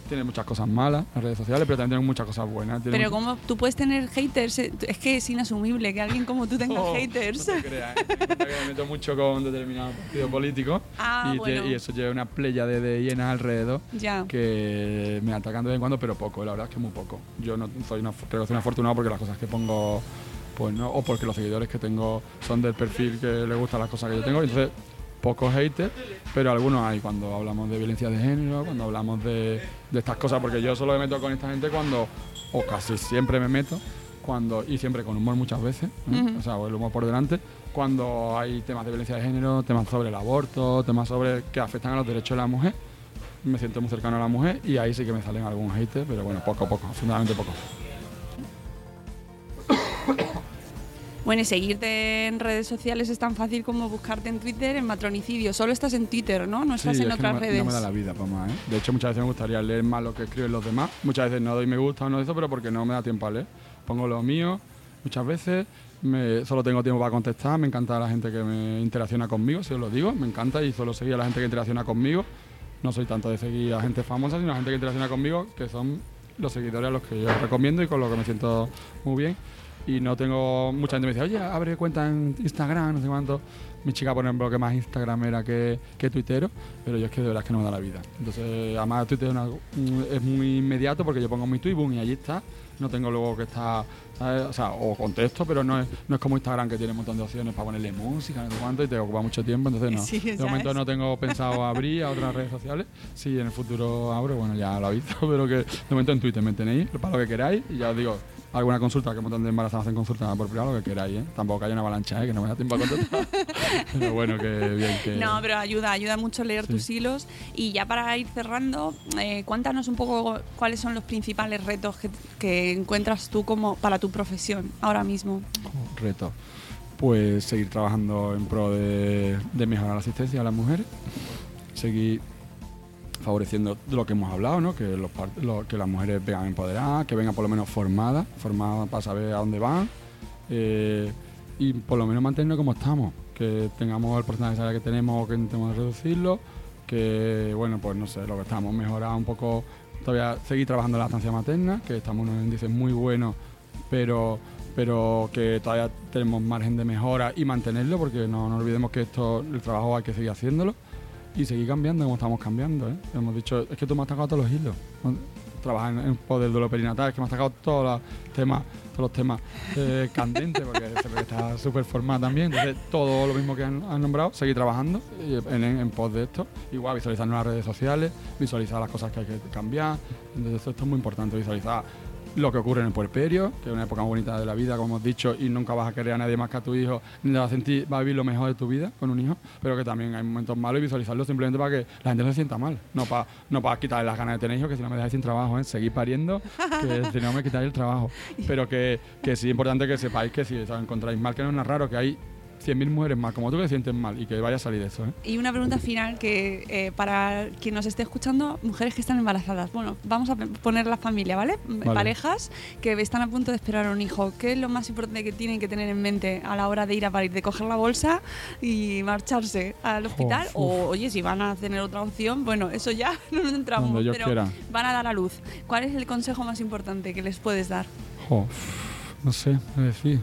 tiene muchas cosas malas las redes sociales, pero también tiene muchas cosas buenas. Tiene Pero mucho... como tú puedes tener haters, es que es inasumible que alguien como tú tenga Oh, haters. No te creas, ¿eh? Que me meto mucho con determinados partidos políticos Ah, y, bueno. te, y eso lleva una playa de, de hienas alrededor Ya. que me atacan de vez en cuando, pero poco, la verdad es que muy poco. Yo no soy una, creo que soy un afortunado porque las cosas que pongo, pues no, o porque los seguidores que tengo son del perfil que les gustan las cosas que yo tengo, y entonces pocos haters, pero algunos hay cuando hablamos de violencia de género, cuando hablamos de, de estas cosas, porque yo solo me meto con esta gente cuando, o casi siempre me meto, cuando y siempre con humor muchas veces, ¿eh? Uh-huh. O sea, el humor por delante, cuando hay temas de violencia de género, temas sobre el aborto, temas sobre que afectan a los derechos de la mujer, me siento muy cercano a la mujer y ahí sí que me salen algún hater, pero bueno, poco, poco, fundamentalmente poco. Bueno, y seguirte en redes sociales es tan fácil como buscarte en Twitter, en Matronicidio. Solo estás en Twitter, ¿no? No estás Sí, en es que otras no me, redes. no me da la vida para más, ¿eh? De hecho, muchas veces me gustaría leer más lo que escriben los demás. Muchas veces no doy me gusta o no eso, pero porque no me da tiempo a leer. Pongo lo mío muchas veces, me, solo tengo tiempo para contestar. Me encanta la gente que me interacciona conmigo, si os lo digo. Me encanta y solo seguir a la gente que interacciona conmigo. No soy tanto de seguir a gente famosa, sino a la gente que interacciona conmigo, que son los seguidores a los que yo recomiendo y con los que me siento muy bien. Y no tengo... Mucha gente me dice, oye, abre cuenta en Instagram, no sé cuánto. Mi chica, por ejemplo, que más instagramera que, que tuitero, pero yo es que de verdad es que no me da la vida. Entonces, además Twitter es, una, es muy inmediato porque yo pongo mi tweet, boom, y allí está. No tengo luego que estar, ¿sabes? O sea, o contesto, pero no es, no es como Instagram que tiene un montón de opciones para ponerle música, no sé cuánto, y te ocupa mucho tiempo, entonces no. Sí, de ya momento es. no tengo pensado abrir a otras redes sociales. Sí, en el futuro abro, bueno, ya lo he visto, pero que de momento en Twitter me tenéis para lo que queráis, y ya os digo, alguna consulta, que un montón de embarazadas hacen consulta por privado, lo que queráis, ¿eh? Tampoco hay una avalancha, ¿eh? Que no me da tiempo a contestar. Pero bueno, que bien que... No, pero ayuda, ayuda mucho leer Sí. tus hilos. Y ya para ir cerrando, eh, cuéntanos un poco cuáles son los principales retos que, que encuentras tú como para tu profesión ahora mismo. Reto. Pues seguir trabajando en pro de, de mejorar la asistencia a las mujeres, seguir favoreciendo lo que hemos hablado, ¿no? Que, los, part- lo- que las mujeres vengan empoderadas, que vengan por lo menos formadas, formadas para saber a dónde van, eh, y por lo menos mantenernos como estamos, que tengamos el porcentaje de salario que tenemos, que intentemos reducirlo, que bueno, pues no sé, lo que estamos, mejorar un poco, todavía seguir trabajando en la estancia materna, que estamos en unos índices muy buenos, pero pero que todavía tenemos margen de mejora y mantenerlo, porque no nos olvidemos que esto, el trabajo hay que seguir haciéndolo y seguir cambiando como estamos cambiando, ¿eh? Hemos dicho, es que tú me has tocado todos los hilos. Trabajar en, en poder de lo perinatal, es que me has tocado todos los temas, todos los temas eh, candentes, porque se ve que está súper formada también. Entonces, todo lo mismo que han, han nombrado, seguir trabajando en, en, en pos de esto. Igual, visualizar nuevas redes sociales, visualizar las cosas que hay que cambiar. Entonces, esto es muy importante, visualizar lo que ocurre en el puerperio, que es una época muy bonita de la vida, como hemos dicho, y nunca vas a querer a nadie más que a tu hijo, ni vas a sentir, vas a vivir lo mejor de tu vida con un hijo, pero que también hay momentos malos y visualizarlo simplemente para que la gente no se sienta mal, no para no para quitarle las ganas de tener hijos, que si no me dejáis sin trabajo, ¿eh? Seguir pariendo, que si no me quitáis el trabajo. Pero que, que sí es importante que sepáis que si os encontráis mal, que no es nada raro, que hay cien mil mujeres más como tú que se sienten mal y que vaya a salir de eso, ¿eh? Y una pregunta final que eh, para quien nos esté escuchando, mujeres que están embarazadas. Bueno, vamos a poner la familia, ¿vale? Vale. Parejas que están a punto de esperar a un hijo. ¿Qué es lo más importante que tienen que tener en mente a la hora de ir a parir? ¿De coger la bolsa y marcharse al hospital? Uf. O, oye, si van a tener otra opción, bueno, eso ya no nos entramos. Donde ellos pero quieran. van a dar a luz. ¿Cuál es el consejo más importante que les puedes dar? Jo, no sé, qué decir.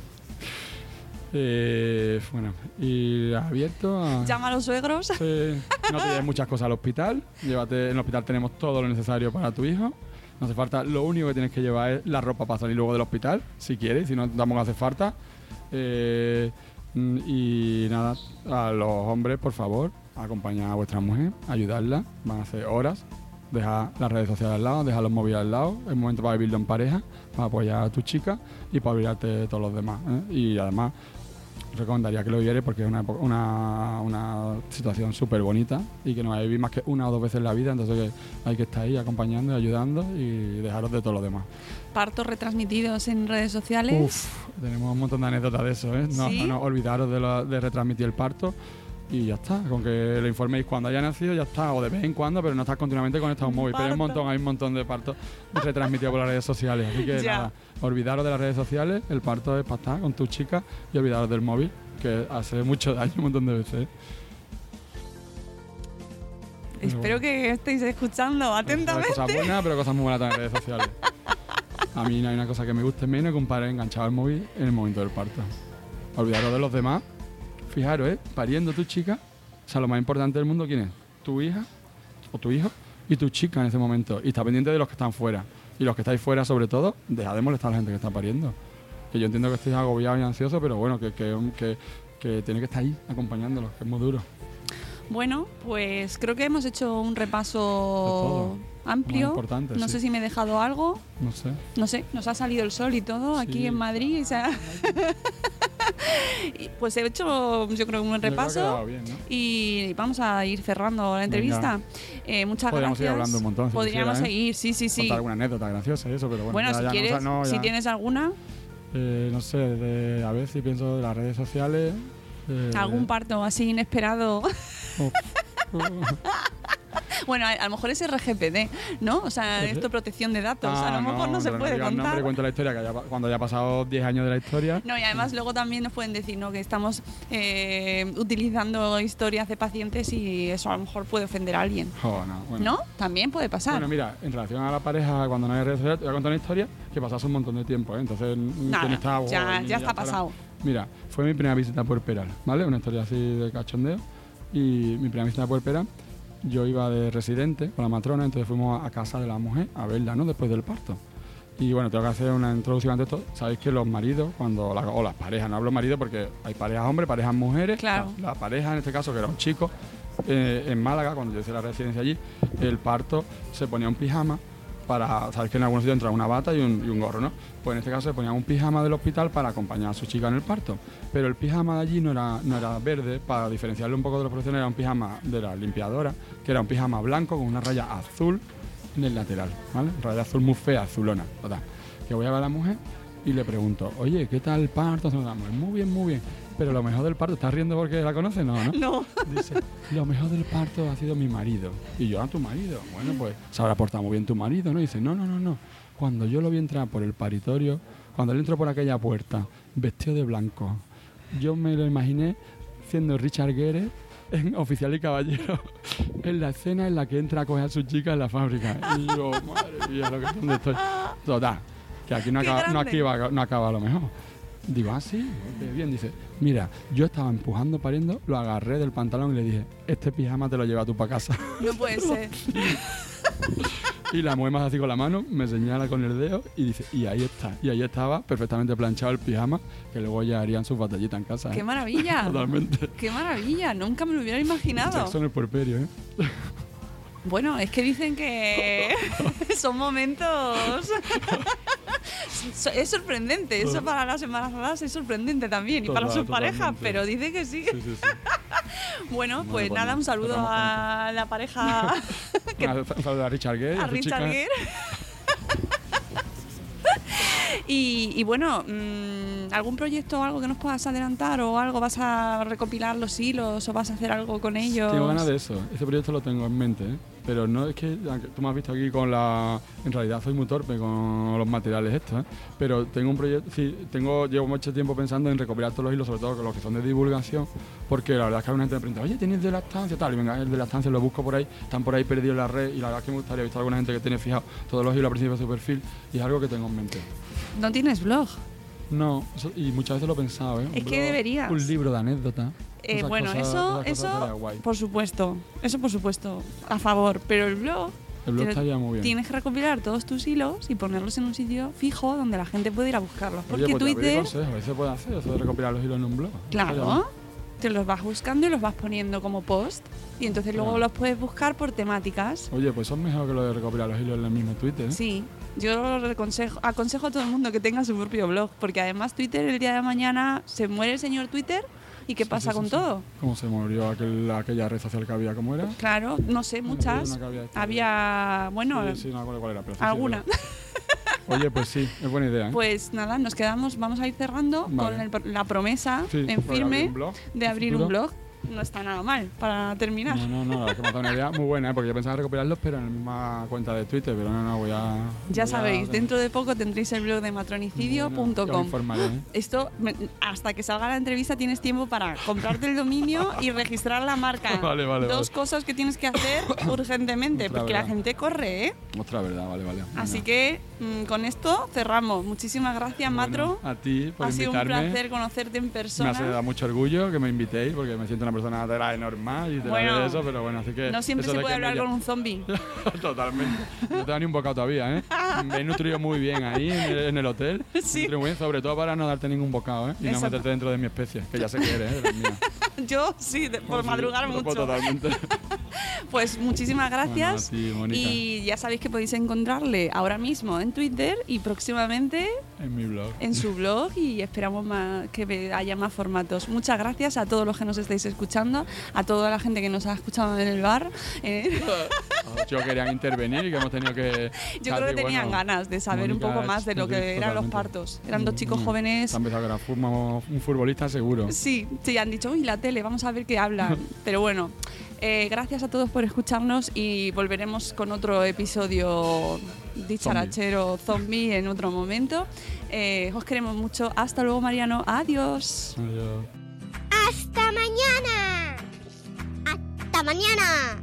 Eh, bueno, ir abierto a... Llama a los suegros. Sí, no te lleves muchas cosas al hospital. Llévate, en el hospital tenemos todo lo necesario para tu hijo. No hace falta, lo único que tienes que llevar es la ropa para salir luego del hospital, si quieres, si no tampoco hace falta. Eh, y nada, a los hombres, por favor, acompañad a vuestra mujer, ayudarla, van a hacer horas. Deja las redes sociales al lado, deja los móviles al lado, es momento para vivirlo en pareja, para apoyar a tu chica y para olvidarte de todos los demás, ¿eh? Y además recomendaría que lo vierais porque es una, epo- una, una situación súper bonita y que no vais a vivir más que una o dos veces en la vida, entonces que hay que estar ahí acompañando y ayudando y dejaros de todo lo demás. Partos retransmitidos en redes sociales. Uf, tenemos un montón de anécdotas de eso, ¿eh? No, ¿Sí? no, no, olvidaros de, lo- de retransmitir el parto y ya está, con que lo informéis cuando haya nacido ya está, o de vez en cuando, pero no estar continuamente conectado a un móvil. Pero hay un Parto. montón, hay un montón de partos retransmitidos por las redes sociales, así que Ya. nada, olvidaros de las redes sociales, el parto es para estar con tu chica y olvidaros del móvil, que hace mucho daño un montón de veces. Espero que estéis escuchando atentamente. Hay cosas buenas, pero cosas muy buenas también en redes sociales. A mí no hay una cosa que me guste menos que un padre enganchado al móvil en el momento del parto. Olvidaros de los demás. Fijaros, ¿eh? Pariendo tu chica, o sea, lo más importante del mundo, ¿quién es? Tu hija o tu hijo y tu chica en ese momento. Y está pendiente de los que están fuera. Y los que estáis fuera, sobre todo, dejad de molestar a la gente que está pariendo. Que yo entiendo que estéis agobiados y ansiosos, pero bueno, que, que, que, que tiene que estar ahí acompañándolos, que es muy duro. Bueno, pues creo que hemos hecho un repaso amplio. Importante, no sí. sé si me he dejado algo. No sé. No sé, nos ha salido el sol y todo Sí. aquí en Madrid. O sea, y pues he hecho, yo creo, un buen Yo creo que ha repaso. quedado bien, ¿no? Y vamos a ir cerrando la entrevista. Eh, muchas Podríamos gracias. seguir hablando un montón, si Podríamos quisiera, ¿eh? seguir, sí, sí, sí. Contar alguna anécdota graciosa y eso, pero bueno. Bueno, ya- si ya no quieres, sa- no, si ya- tienes alguna, Eh, no sé, de, a ver si pienso de las redes sociales. eh, algún parto así inesperado. oh, Bueno, a, a lo mejor es R G P D, ¿no? O sea, esto protección de datos. ah, a lo mejor no, se pero puede digas contar. nombre, cuento la historia, que haya pa- cuando haya pasado diez años de la historia. No, y además luego también nos pueden decir, ¿no?, que estamos eh, utilizando historias de pacientes y eso a lo mejor puede ofender a alguien. Oh, no, bueno. ¿No? También puede pasar. Bueno, mira, en relación a la pareja, cuando no hay redes sociales, te voy a contar una historia que pasó hace un montón de tiempo, ¿eh? Entonces, Nada, ¿quién está? Oh, ya- el ya niño está estará. pasado. Mira, fue mi primera visita a Puerperal, ¿vale? Una historia así de cachondeo. Y mi primera visita a Puerperal, yo iba de residente con la matrona, entonces fuimos a casa de la mujer a verla, ¿no? Después del parto. Y bueno, tengo que hacer una introducción antes de todo. Sabéis que los maridos, cuando la- o las parejas, no hablo maridos porque hay parejas hombres, parejas mujeres. Claro. La, la pareja, en este caso, que era un chico, eh, en Málaga, cuando yo hice la residencia allí, el parto se ponía un pijama para, sabéis que en algunos sitios entra una bata y un, y un gorro, ¿no? Pues en este caso se ponía un pijama del hospital para acompañar a su chica en el parto. Pero el pijama de allí no era, no era verde, para diferenciarlo un poco de los profesionales, era un pijama de la limpiadora, que era un pijama blanco con una raya azul en el lateral, ¿vale? Raya azul muy fea, azulona, total. Que voy a ver a la mujer y le pregunto, oye, ¿qué tal el parto? La mujer, muy bien, muy bien. Pero lo mejor del parto, ¿estás riendo porque la conoces? No, ¿no? No. Dice, lo mejor del parto ha sido mi marido. Y yo, ¿a tu marido? Bueno, pues se habrá portado muy bien tu marido, ¿no? Y dice, no, no, no, no. Cuando yo lo vi entrar por el paritorio, cuando él entró por aquella puerta, vestido de blanco, yo me lo imaginé siendo Richard Gere en Oficial y Caballero, en la escena en la que entra a coger a su chica en la fábrica. Y yo, madre mía, lo que ¿dónde estoy? Total, que aquí no ¡Qué acaba, no, grande! acaba, no acaba a lo mejor. Digo, ah, sí, qué bien. Dice, mira, yo estaba empujando, pariendo, lo agarré del pantalón y le dije, este pijama te lo llevas tú para casa. No puede ser. Y la mueve más así con la mano, me señala con el dedo y dice, y ahí está. Y ahí estaba perfectamente planchado el pijama, que luego ya harían sus batallitas en casa. ¿eh? ¡Qué maravilla! Totalmente. ¡Qué maravilla! Nunca me lo hubiera imaginado. Jackson el puerperio, ¿eh? Bueno, es que dicen que son momentos... So- es sorprendente, eso para las embarazadas es sorprendente también y para Total, sus parejas, totalmente. pero dice que sí. Sí, sí, sí. Bueno, Bueno, pues pues nada, no, un saludo cerramos con a la pareja, que- Un saludo a Richard Gere. y a su chica. Richard Gere. Y, y bueno, mmm, ¿algún proyecto o algo que nos puedas adelantar o algo? ¿Vas a recopilar los hilos o vas a hacer algo con ellos? Tengo ganas de eso. Ese proyecto lo tengo en mente, ¿eh? Pero no es que, aunque tú me has visto aquí con la... En realidad soy muy torpe con los materiales estos, ¿eh? Pero tengo un proyecto, sí, tengo, llevo mucho tiempo pensando en recopilar todos los hilos, sobre todo con los que son de divulgación, porque la verdad es que alguna gente me pregunta, oye, ¿tienes de lactancia? Tal, y venga, el de lactancia lo busco por ahí, están por ahí perdidos en la red, y la verdad es que me gustaría, he visto a alguna gente que tiene fijado todos los hilos al principio de su perfil, y es algo que tengo en mente. ¿No tienes blog? No, eso- y muchas veces lo he pensado, ¿eh? Un Es que blog, deberías. Un libro de anécdotas. Eh, Esas bueno, cosas- eso, esas cosas estaría eso, guay. por supuesto, eso por supuesto, a favor, pero el blog, El blog tiene- estaría muy bien. tienes que recopilar todos tus hilos y ponerlos en un sitio fijo donde la gente puede ir a buscarlos, porque Oye, pues te pedí Twitter, consejos, a ver si se puede hacer, eso de recopilar los hilos en un blog. Estaría claro, te los vas buscando y los vas poniendo como post y entonces luego Claro. los puedes buscar por temáticas. Oye, pues eso es mejor que lo de recopilar los hilos en el mismo Twitter, ¿eh? Sí, yo aconsejo, aconsejo a todo el mundo que tenga su propio blog, porque además Twitter el día de mañana se muere el señor Twitter y ¿qué Sí, pasa sí, con sí, todo? sí. ¿Cómo se murió aquel, aquella red social que había? ¿Cómo era? Claro, no sé, Bueno, muchas. una que había hecho- Había, bueno, Sí, sí, no me acuerdo cuál era, pero sí, sí, alguna. es verdad. Oye, pues sí, es buena idea, ¿eh? Pues nada, nos quedamos, vamos a ir cerrando Vale. con el- la promesa Sí, en por firme abrir un blog de en abrir futuro. un blog. no está nada mal para terminar. No, no, no, la verdad es que me ha dado una idea muy buena, ¿eh? Porque yo pensaba recopilarlos, pero en la misma cuenta de Twitter, pero no, no, voy a... Ya voy sabéis, a... dentro de poco tendréis el blog de matronicidio punto com. No, no, ya me informaré, ¿eh? Esto, me- hasta que salga la entrevista tienes tiempo para comprarte el dominio y registrar la marca. Vale, vale, Dos vale. cosas que tienes que hacer urgentemente, Otra porque la verdad. gente corre, ¿eh? Otra verdad, vale, vale. Así Venga. que mm, con esto cerramos. Muchísimas gracias, Matro. Bueno, a ti por ha sido un invitarme. placer conocerte en Me persona. hace da mucho orgullo que me invitéis, porque me siento una persona de la normal y de Bueno, la de eso, pero bueno, así que... No siempre eso se de puede que me hablar ll- con un zombie. Totalmente. No tengo ni un bocado todavía, ¿eh? Me he nutrido muy bien ahí en el, en el hotel. Sí. Me he nutrido muy bien, sobre todo para no darte ningún bocado, ¿eh? Y no Exacto. meterte dentro de mi especie, que ya sé que eres, ¿eh? De las mías. Yo sí, de- por Sí, madrugar pues mucho. Totalmente. Pues muchísimas gracias. Bueno, a ti, Mónica. Y ya sabéis que podéis encontrarle ahora mismo en Twitter y próximamente En mi blog. en su blog, y esperamos más, que ve- haya más formatos. Muchas gracias a todos los que nos estáis escuchando, a toda la gente que nos ha escuchado en el bar. eh. Yo querían intervenir y que hemos tenido que... Yo creo que casi, tenían bueno, ganas de saber Mónica, un poco más de lo sí, que eran los totalmente. partos. Eran dos chicos Mm, jóvenes. Se han pensado que era fu- un futbolista seguro. Sí, sí, han dicho, uy, la tele, vamos a ver qué hablan. Pero bueno, eh, gracias a todos por escucharnos y volveremos con otro episodio dicharachero zombie en otro momento. Eh, os queremos mucho. Hasta luego, Mariano. Adiós. Adiós. ¡Hasta mañana! ¡Hasta mañana!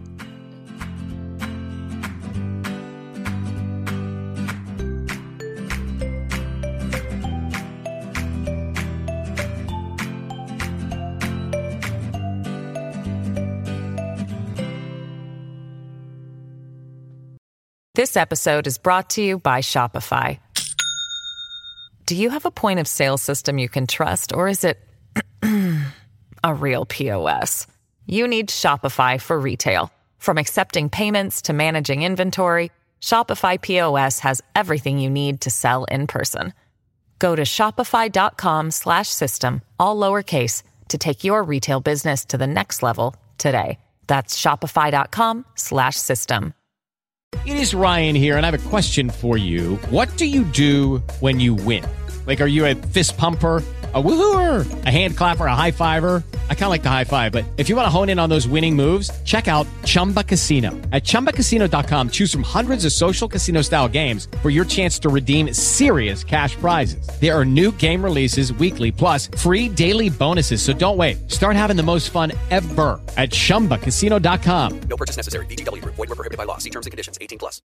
This episode is brought to you by Shopify. Do you have a point of sale system you can trust, or is it a real P O S? You need Shopify for retail. From accepting payments to managing inventory, Shopify P O S has everything you need to sell in person. Go to shopify.com slash system, all lowercase, to take your retail business to the next level today. That's shopify.com slash system. It is Ryan here, and I have a question for you. What do you do when you win? Like, are you a fist pumper, a woohooer, a hand clapper, a high fiver? I kind of like the high five, but if you want to hone in on those winning moves, check out Chumba Casino. At chumba casino dot com, choose from hundreds of social casino style games for your chance to redeem serious cash prizes. There are new game releases weekly, plus free daily bonuses. So don't wait. Start having the most fun ever at chumba casino dot com. No purchase necessary. V G W Group. Void where prohibited by law. See terms and conditions. eighteen plus.